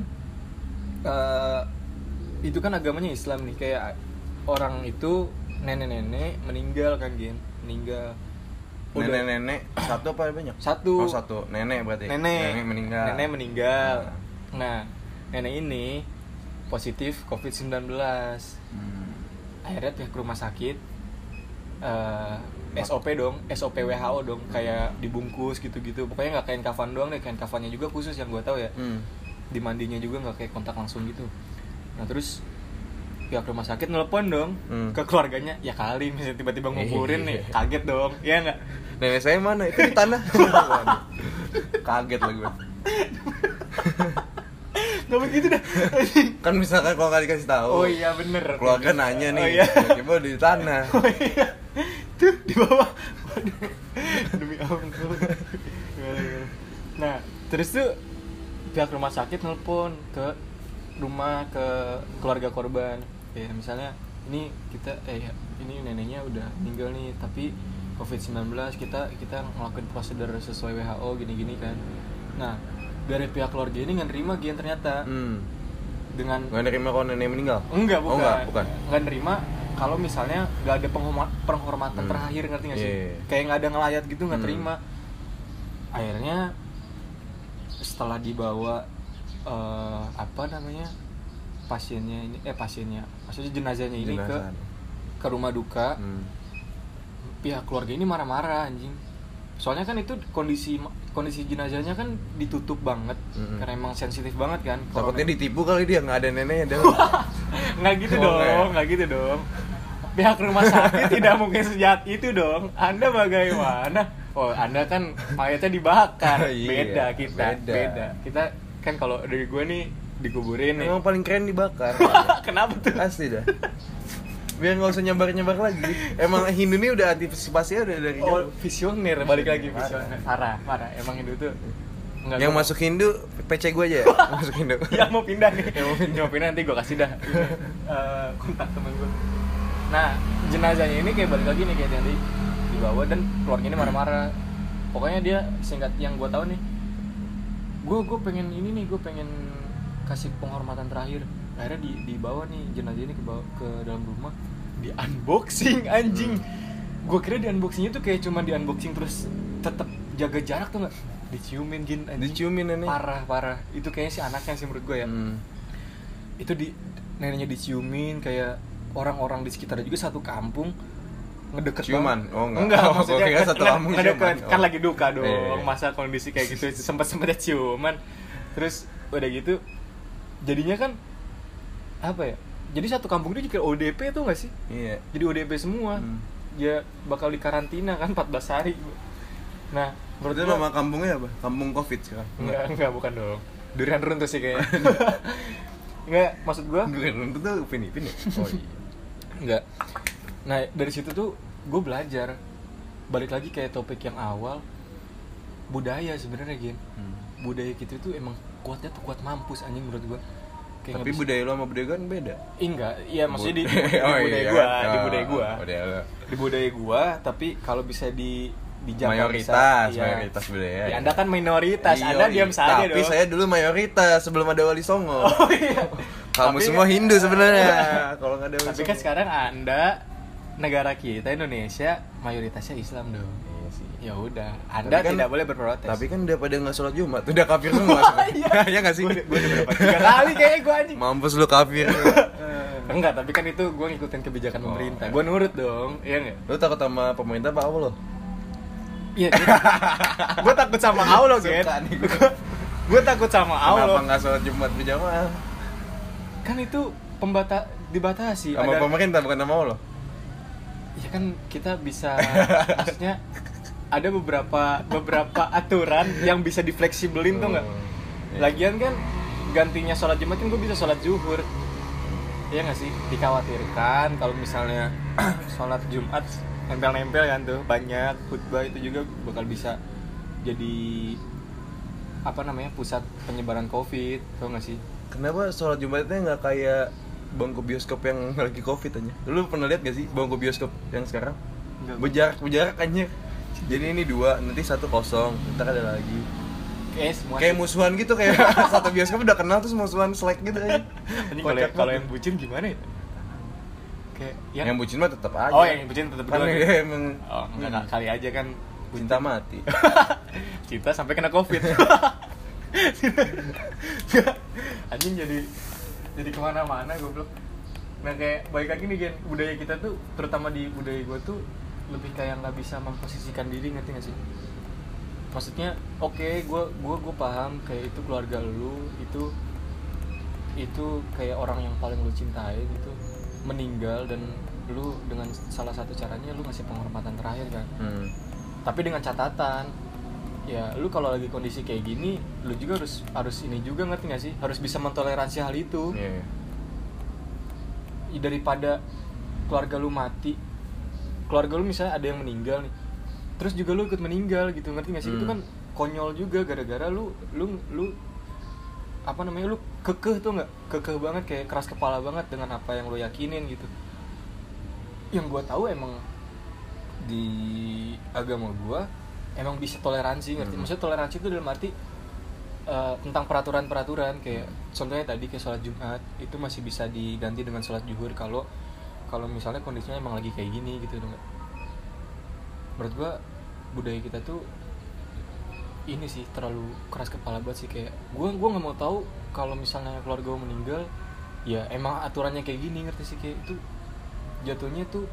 uh, itu kan agamanya Islam nih, kayak orang itu nenek-nenek meninggal kan, Gen. Meninggal. Udah. Nenek-nenek satu apa banyak? Satu. Oh, satu. Nenek berarti. Nenek, nenek meninggal. Nenek meninggal. Nah, nah nenek ini positif covid sembilan belas. Hmm. Akhirnya pihak rumah sakit uh, S O P dong, S O P W H O dong, kayak dibungkus gitu-gitu. Pokoknya nggak kain kafan doang deh, kain kafannya juga khusus yang gue tahu ya. Hmm. Dimandinya juga nggak kayak kontak langsung gitu. Nah terus pihak rumah sakit nelpon dong hmm. ke keluarganya, ya kali misalnya tiba-tiba nguburin nih, kaget dong, ya nggak? Nenek saya mana? Itu di tanah. Kaget lah gue. Gak begitu dah. Kan misalkan kalau nggak dikasih tahu. Oh iya bener. Keluarga nanya nih, oh, iya. tiba-tiba di tanah. Oh iya. Tuh di bawah. Waduh. Demi Allah. Nah terus tuh pihak rumah sakit nelpon ke rumah, ke keluarga korban. Ya misalnya ini kita eh ini neneknya udah meninggal nih, tapi covid sembilan belas kita kita ngelakuin prosedur sesuai W H O gini-gini kan. Nah dari pihak keluarga ini nggak nerima Gian ternyata. Hmm. Dengan nggak nerima kalau nenek meninggal? Enggak, bukan. Oh, enggak, bukan. Nggak nerima kalau misalnya nggak ada penghormat, penghormatan hmm. terakhir, ngerti nggak sih? Yeah, yeah. Kayak nggak ada ngelayat gitu, nggak hmm. terima. Akhirnya setelah dibawa uh, apa namanya pasiennya ini eh pasiennya maksudnya jenazahnya ini Jenazah. ke ke rumah duka. Hmm. Pihak keluarga ini marah-marah anjing. Soalnya kan itu kondisi kondisi jenazahnya kan ditutup banget, mm-hmm. karena emang sensitif banget kan. Takutnya ditipu kali dia, nggak ada neneknya dia. Nggak gitu oh, dong, nggak gitu dong. Pihak rumah sakit tidak mungkin sejahat itu dong. Anda bagaimana? Oh, Anda kan mayatnya dibakar. Beda kita, beda. beda. Kita kan kalau dari gue nih dikuburin nih. Emang paling keren dibakar. Kenapa tuh? Asli dah. Biar nggak usah nyebar-nyebar lagi. Emang Hindu ini udah antisipasinya udah dari jauh. Oh, visioner, balik lagi visioner. Parah, parah. Emang Hindu tuh enggak. Yang masuk Hindu P C gue aja ya. Masuk Hindu. Yang mau pindah nih. Yang mau pindah, mau pindah nanti gue kasih dah uh, kontak teman gue. Nah, jenazahnya ini kayak balik lagi nih kayak tadi dibawa dan keluarga ini marah-marah. Pokoknya dia singkat yang gue tahu nih. Gue gue pengen ini nih, gue pengen kasih penghormatan terakhir. Akhirnya di, dibawa nih jenazah ini ke bawa, ke dalam rumah, di unboxing anjing. Gue kira di unboxingnya tuh kayak cuma di unboxing terus tetap jaga jarak tuh nggak, diciumin gin anjing. Diciumin nenek. Parah parah. Itu kayaknya si anaknya sih menurut gue ya. Hmm. Itu di neneknya diciumin, kayak orang-orang di sekitar juga satu kampung ngedeket ciuman. Oh enggak. Enggak, oh, maksudnya kan, satu kampung ngedeket. Oh. Kan lagi duka dong. Eh. Masa kondisi kayak gitu sempat-sempatnya ciuman. Terus udah gitu jadinya kan apa ya? Jadi satu kampung itu juga O D P tuh nggak sih? Iya. Jadi O D P semua. Hmm. Ya bakal dikarantina kan empat belas hari. Nah, menurut itu nama kampungnya apa? Kampung Covid sekarang? Enggak, enggak bukan dong. Durian runtuh sih kayaknya. Enggak, maksud gua durian runtuh tuh Upin Ipin ya? Oh iya. Enggak. Nah, dari situ tuh gue belajar. Balik lagi kayak topik yang awal, budaya sebenarnya Gen. Hmm. Budaya kita itu emang kuatnya tuh kuat mampus anjing menurut gua. Kayak Tapi budaya lo sama budaya gue kan beda. Enggak, iya maksudnya di, di, di, Oh, budaya iya gua, kan? di budaya gua. Oh, budaya lo. Di budaya gua, tapi kalau bisa di dijaga Mayoritas, bisa, ya. mayoritas budaya. Ya, Anda kan minoritas, Iya, Anda diam iya. saja Tapi dong. saya dulu mayoritas sebelum ada Wali Songo. Oh iya. Kamu Tapi semua kan- Hindu sebenarnya. Kalau nggak ada Wali Tapi Songo. kan sekarang Anda negara kita Indonesia mayoritasnya Islam dong. Iya sih. Ya udah, Anda Tapi kan- tidak boleh berprotes. Tapi kan udah pada nggak sholat Jumat, udah kafir semua. Iya. Ya nggak sih? Gue udah berapa tiga kali kayaknya gue anjing. Mampus lu kafir. Enggak, tapi kan itu gue ngikutin kebijakan Oh, pemerintah. iya. Gue nurut dong, iya nggak? Lu takut sama pemerintah apa Allah? Iya. Gue takut sama Allah, Gen. Suka nih gua. Gue takut sama Kenapa Allah. nggak sholat Jumat berjamaah? Kan itu pembata dibatasi. Sama Ada- pemerintah bukan sama Allah. Ya kan kita bisa, maksudnya ada beberapa beberapa aturan yang bisa difleksibelin tuh nggak? Hmm. Lagian kan gantinya sholat Jumat kan gue bisa sholat zuhur. Iya nggak sih? Dikhawatirkan kalau misalnya sholat Jumat nempel-nempel kan tuh banyak khutbah itu juga bakal bisa jadi apa namanya pusat penyebaran COVID, tau nggak sih? Kenapa sholat Jumatnya nggak kayak bangku bioskop yang lagi covid aja? Lu pernah lihat gak sih bangku bioskop yang sekarang? Enggak. Berjarak berjarak aja. Jadi ini dua, nanti satu kosong, ntar ada lagi. Kayak semua Kayak musuhan gitu, kayak satu bioskop udah kenal terus musuhan Slack gitu aja. Anjing, kalau Kocak kalau banget. yang bucin gimana ya? Kayak yang, Yang bucin mah tetap aja. oh yang bucin tetap kan berdua. dia Kan? emang Oh, enggak enggak, kali aja kan cinta mati. cinta sampai kena covid. Anjing jadi jadi kemana-mana goblok. Nah kayak balik lagi nih Gen, budaya kita tuh terutama di budaya gue tuh lebih kayak nggak bisa memposisikan diri, ngerti nggak sih? Maksudnya oke, okay, gue gue gue paham kayak itu keluarga lu, itu itu kayak orang yang paling lu cintai gitu meninggal, dan lu dengan salah satu caranya lu ngasih penghormatan terakhir kan. Hmm. Tapi dengan catatan, ya lu kalau lagi kondisi kayak gini, lu juga harus harus ini juga, ngerti nggak sih? Harus bisa mentoleransi hal itu. Iya. Yeah. Daripada keluarga lu mati, keluarga lu misalnya ada yang meninggal nih, terus juga lu ikut meninggal gitu, ngerti nggak sih? Hmm. Itu kan konyol juga, gara-gara lu lu lu apa namanya, lu kekeh tuh nggak, kekeh banget, kayak keras kepala banget dengan apa yang lu yakinin gitu. Yang gua tahu emang di agama gua emang bisa toleransi, ngerti? Hmm. Maksudnya toleransi itu dalam arti uh, tentang peraturan-peraturan, kayak contohnya tadi kayak sholat Jumat itu masih bisa diganti dengan sholat zuhur kalau kalau misalnya kondisinya emang lagi kayak gini gitu, dong. Menurut gua budaya kita tuh ini sih terlalu keras kepala banget sih, kayak gua gua nggak mau tahu kalau misalnya keluarga gua meninggal, ya emang aturannya kayak gini, ngerti sih? Kayak itu jatuhnya tuh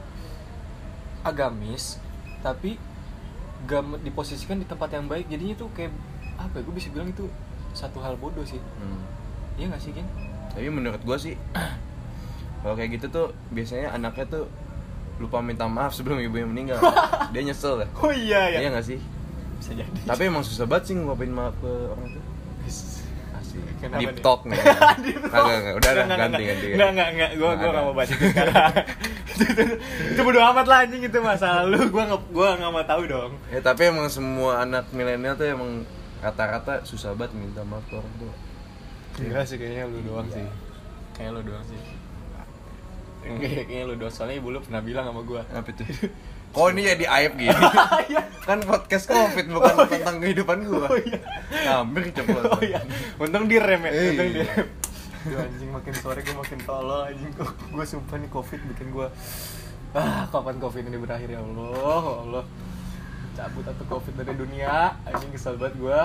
agamis tapi gak diposisikan di tempat yang baik, jadinya tuh kayak apa ya, gue bisa bilang itu satu hal bodoh sih. Hmm. Iya nggak sih, Gen? Tapi menurut gua sih kalau kayak gitu tuh biasanya anaknya tuh lupa minta maaf sebelum ibunya meninggal. Dia nyesel lah. Oh iya ya. Iya nggak sih? Bisa jadi. Tapi emang susah banget sih ngucapin maaf ke orang tuh. Asik. Kenapa Deep nih? talk nih. Deep talk. Kagak enggak, udah Enggak, dah enggak, ganti enggak. ganti. Enggak enggak enggak, gua Nggak gua ada. enggak mau bahas itu sekarang. itu, itu bodo amat lah anjing, itu masa lalu, gua enggak gua enggak mau tahu dong. Ya tapi emang semua anak milenial tuh emang rata-rata susah banget minta maaf ke orang tua. Enggak sih, kayaknya lu doang sih. Kayak lu doang sih. Enggak, kayaknya lu doang, soalnya ibu lu pernah bilang sama gua. Apa tuh? Kok ini jadi aib gini? Kan podcast Covid bukan Oh, iya. tentang kehidupan gua. Oh iya. Hampir ceplos. Oh iya. Untung direm ya, Eh, untung iya. direm. Duh anjing, makin sore gue makin tolol anjing. Gue sumpah nih Covid bikin gue, ah kapan Covid ini berakhir ya Allah, ya Allah. Cabut atau Covid dari dunia, anjing kesel banget gue.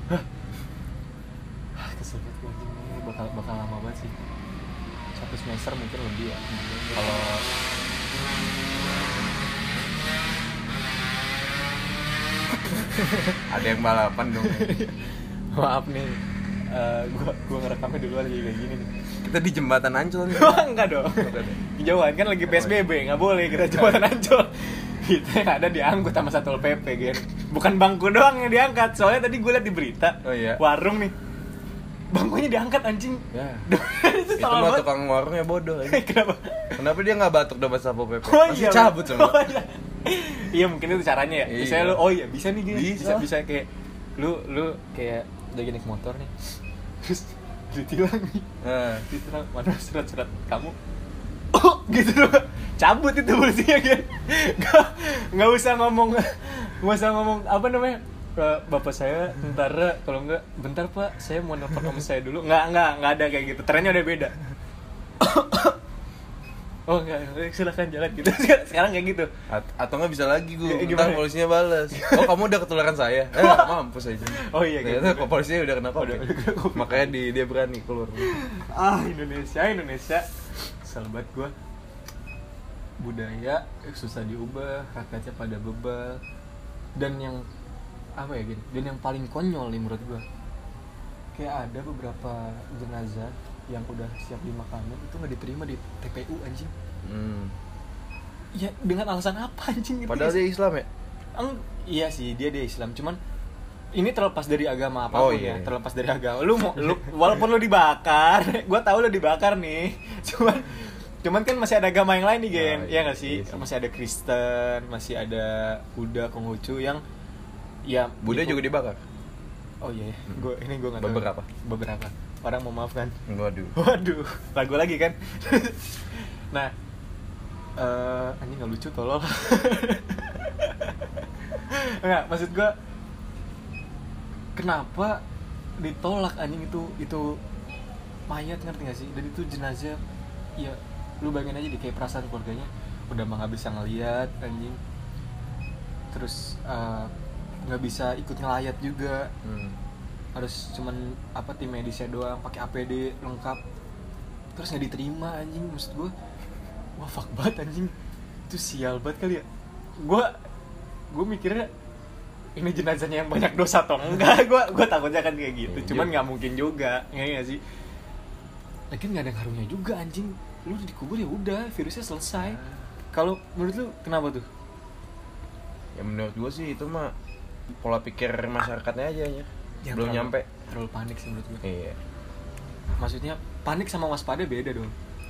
Ah, kesel banget gue anjing, ini bakal bakal lama banget sih. Satu semester mungkin lebih ya. Kalau Ada yang balapan dong. maaf nih, uh, gue gue ngerekamnya dulu lagi kayak gini nih. Kita di jembatan Ancol nih. Enggak dong. Kejauhan kan lagi P S B B, nggak boleh kita jembatan Ancol. Kita yang ada diangkut sama Satpol P P, Gen. Bukan bangku doang yang diangkat. Soalnya tadi gue liat di berita, Oh iya. warung nih, bangkunya diangkat anjing. Ya. Itu Itu tolol mah banget. tukang warungnya bodoh aja. Kenapa? Kenapa dia nggak batuk dapat Satpol P P? Oh, Masih iya, cabut bener. semua. Oh, iya. Iya mungkin itu caranya ya. Iya. Misalnya lu, oh iya bisa nih gini. Bisa Bisa. bisa kayak lu lu kayak lagi naik motor nih. Terus ditilang nih, Nah, ditilang mana surat-surat kamu, gitu loh, cabut itu polisinya kan, nggak nggak usah ngomong, nggak usah ngomong apa namanya, bapak saya bentar, kalau enggak bentar pak, saya mau nelfon kamu saya dulu, nggak nggak nggak ada kayak gitu, trennya udah beda. Oh enggak, silakan jalan gitu. Sekarang kayak gitu. At- atau nggak bisa lagi gue, Ya, bentar gimana? polisinya balas. Oh kamu udah ketularan saya? Eh mampus aja. Oh iya gitu. Ternyata kok polisinya udah kena Udah, covid. udah kena covid. Makanya di, dia berani keluar. Ah Indonesia, Indonesia, kesel banget gue. Budaya eh, susah diubah, rakyatnya pada bebal. Dan yang apa ya gini? Dan yang paling konyol nih menurut gue, kayak ada beberapa jenazah yang udah siap dimakamin itu nggak diterima di T P U anjing. Hmm. Ya dengan alasan apa anjing gitu? Padahal dia Islam ya? Eng, iya sih dia dia Islam, cuman ini terlepas dari agama apapun Oh, iya. ya, terlepas dari agama. Lu mau lu walaupun lu dibakar, gua tahu lu dibakar nih. Cuman cuman kan masih ada agama yang lain nih, Gen. Oh, Iya iya, enggak sih? iya sih. Masih ada Kristen, masih ada Buddha, Konghucu yang ya Buddha itu- juga dibakar? Oh iya, gua ini gua enggak tahu. Beberapa? Beberapa. Orang mau maafkan. Waduh. Waduh, lagu lagi kan. Nah, eh anjing nggak lucu tolol. Enggak, maksud gua kenapa ditolak anjing itu itu mayat, ngerti nggak sih? Dan itu jenazah, ya lu bayangin aja di kayak perasaan keluarganya udah mah nggak bisa ngeliat anjing, terus eh, nggak bisa ikut ngelayat juga, Hmm. harus cuman apa tim medisnya doang pakai A P D lengkap, terus nggak diterima anjing. Maksud gue, wah fuck banget anjing, itu sial banget kali ya. Gue gue mikirnya ini jenazahnya yang banyak dosa atau enggak, gue gue takutnya kan kayak gitu. Ya, Cuman iya. nggak mungkin juga, nggak sih. Lagian nggak ada ngaruhnya juga anjing, lu dikubur ya udah virusnya selesai. Kalau menurut lu kenapa tuh? Ya menurut gue sih itu mah pola pikir masyarakatnya aja ya. Yang Belum terlalu- nyampe. terlalu panik sih menurut gue. Iya. Maksudnya panik sama waspada beda dong.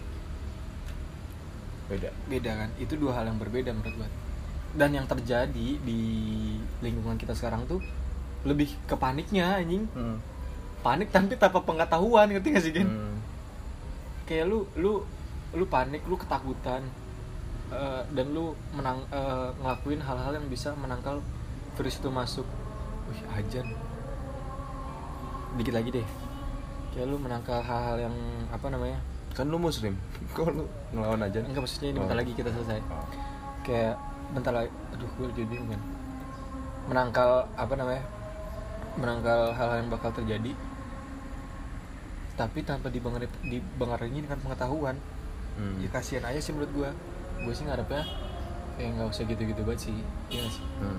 Beda. Beda kan, itu dua hal yang berbeda menurut gue. Dan yang terjadi di lingkungan kita sekarang tuh lebih ke paniknya anjing. Hmm. Panik tapi tanpa pengetahuan, ngerti gak sih Gen? Hmm. Kayak lu lu lu panik, lu ketakutan, eh, dan lu menang eh, ngelakuin hal-hal yang bisa menangkal virus itu masuk. Wih, ajan dikit lagi deh. Kayak lu menangkal hal-hal yang apa namanya, Kan lu muslim. Kok lu ngelawan aja? enggak maksudnya ini Oh. bentar lagi kita selesai. Oh. Kayak bentar lagi, aduh gue jadi bingung kan, menangkal apa namanya, menangkal hal-hal yang bakal terjadi tapi tanpa dibarengi dibarengi dengan pengetahuan. Hmm. Ya kasihan aja sih menurut gue. Gue sih ngarepnya ya nggak usah gitu-gitu banget sih, iya nggak sih. Hmm.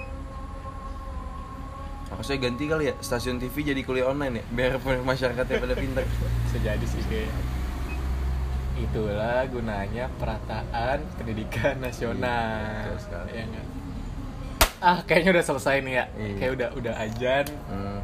Harusnya ganti kali ya, stasiun T V jadi kuliah online ya, biar masyarakatnya pada pintar. Bisa jadi sih kayak itulah gunanya perataan pendidikan nasional. Iya, betul sekali. Ya nggak? Ah kayaknya udah selesai nih ya. Iya. Kayak udah udah ajan. Hmm.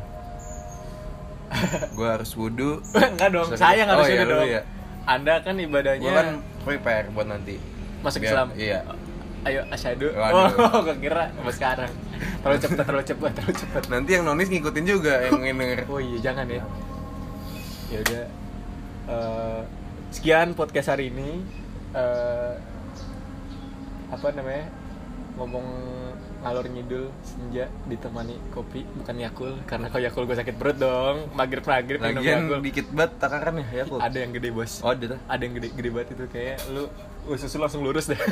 Gue harus wudhu. Enggak dong, Sorry. saya nggak Oh, harus iya, itu lu dong. ya. Anda kan ibadahnya Gue kan prepare buat nanti masuk Biar- Islam. Iya. Ayo asyhadu. Waduh. Oh, gue kira sama sekarang. Terlalu cepat, terlalu cepat, terlalu cepat. Nanti yang nonis ngikutin juga yang denger. Oh iya, jangan ya. Ya udah. Eh, sekian podcast hari ini. Eh, apa namanya? Ngomong ngalor ngidul senja ditemani kopi, bukan Yakul, karena kalau Yakul gue sakit perut dong. Maghrib-maghrib minum Lagian Yakul. dikit banget takarannya ya kok. Ada yang gede, Bos. Oh, ada tuh. Ada yang gede gede banget itu, kayak lu usus lu langsung lurus deh.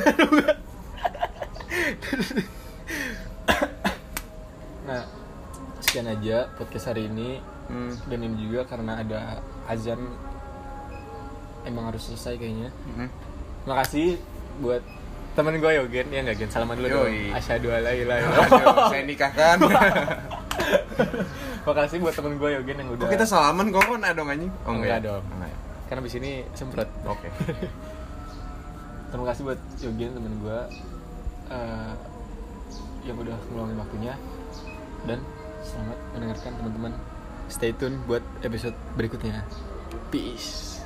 Nah, sekian aja podcast hari ini. Hmm. Dan ini juga karena ada azan, emang harus selesai kayaknya. Hmm. Makasih buat temen gue Yogen, ya nggak Gen? Salaman dulu dong. Yoi. Asyhadu alla ilaha Aduh, illallah. saya nikahkan. Makasih buat temen gue Yogen yang udah. Kok kita salaman corona dong anjing? Oh Enggak dong. Enggak ya? Karena di sini semprot. Oke. Terima kasih buat Yogen temen gue, uh, yang udah ngeluangin waktunya. Dan selamat mendengarkan teman-teman. Stay tune buat episode berikutnya. Peace.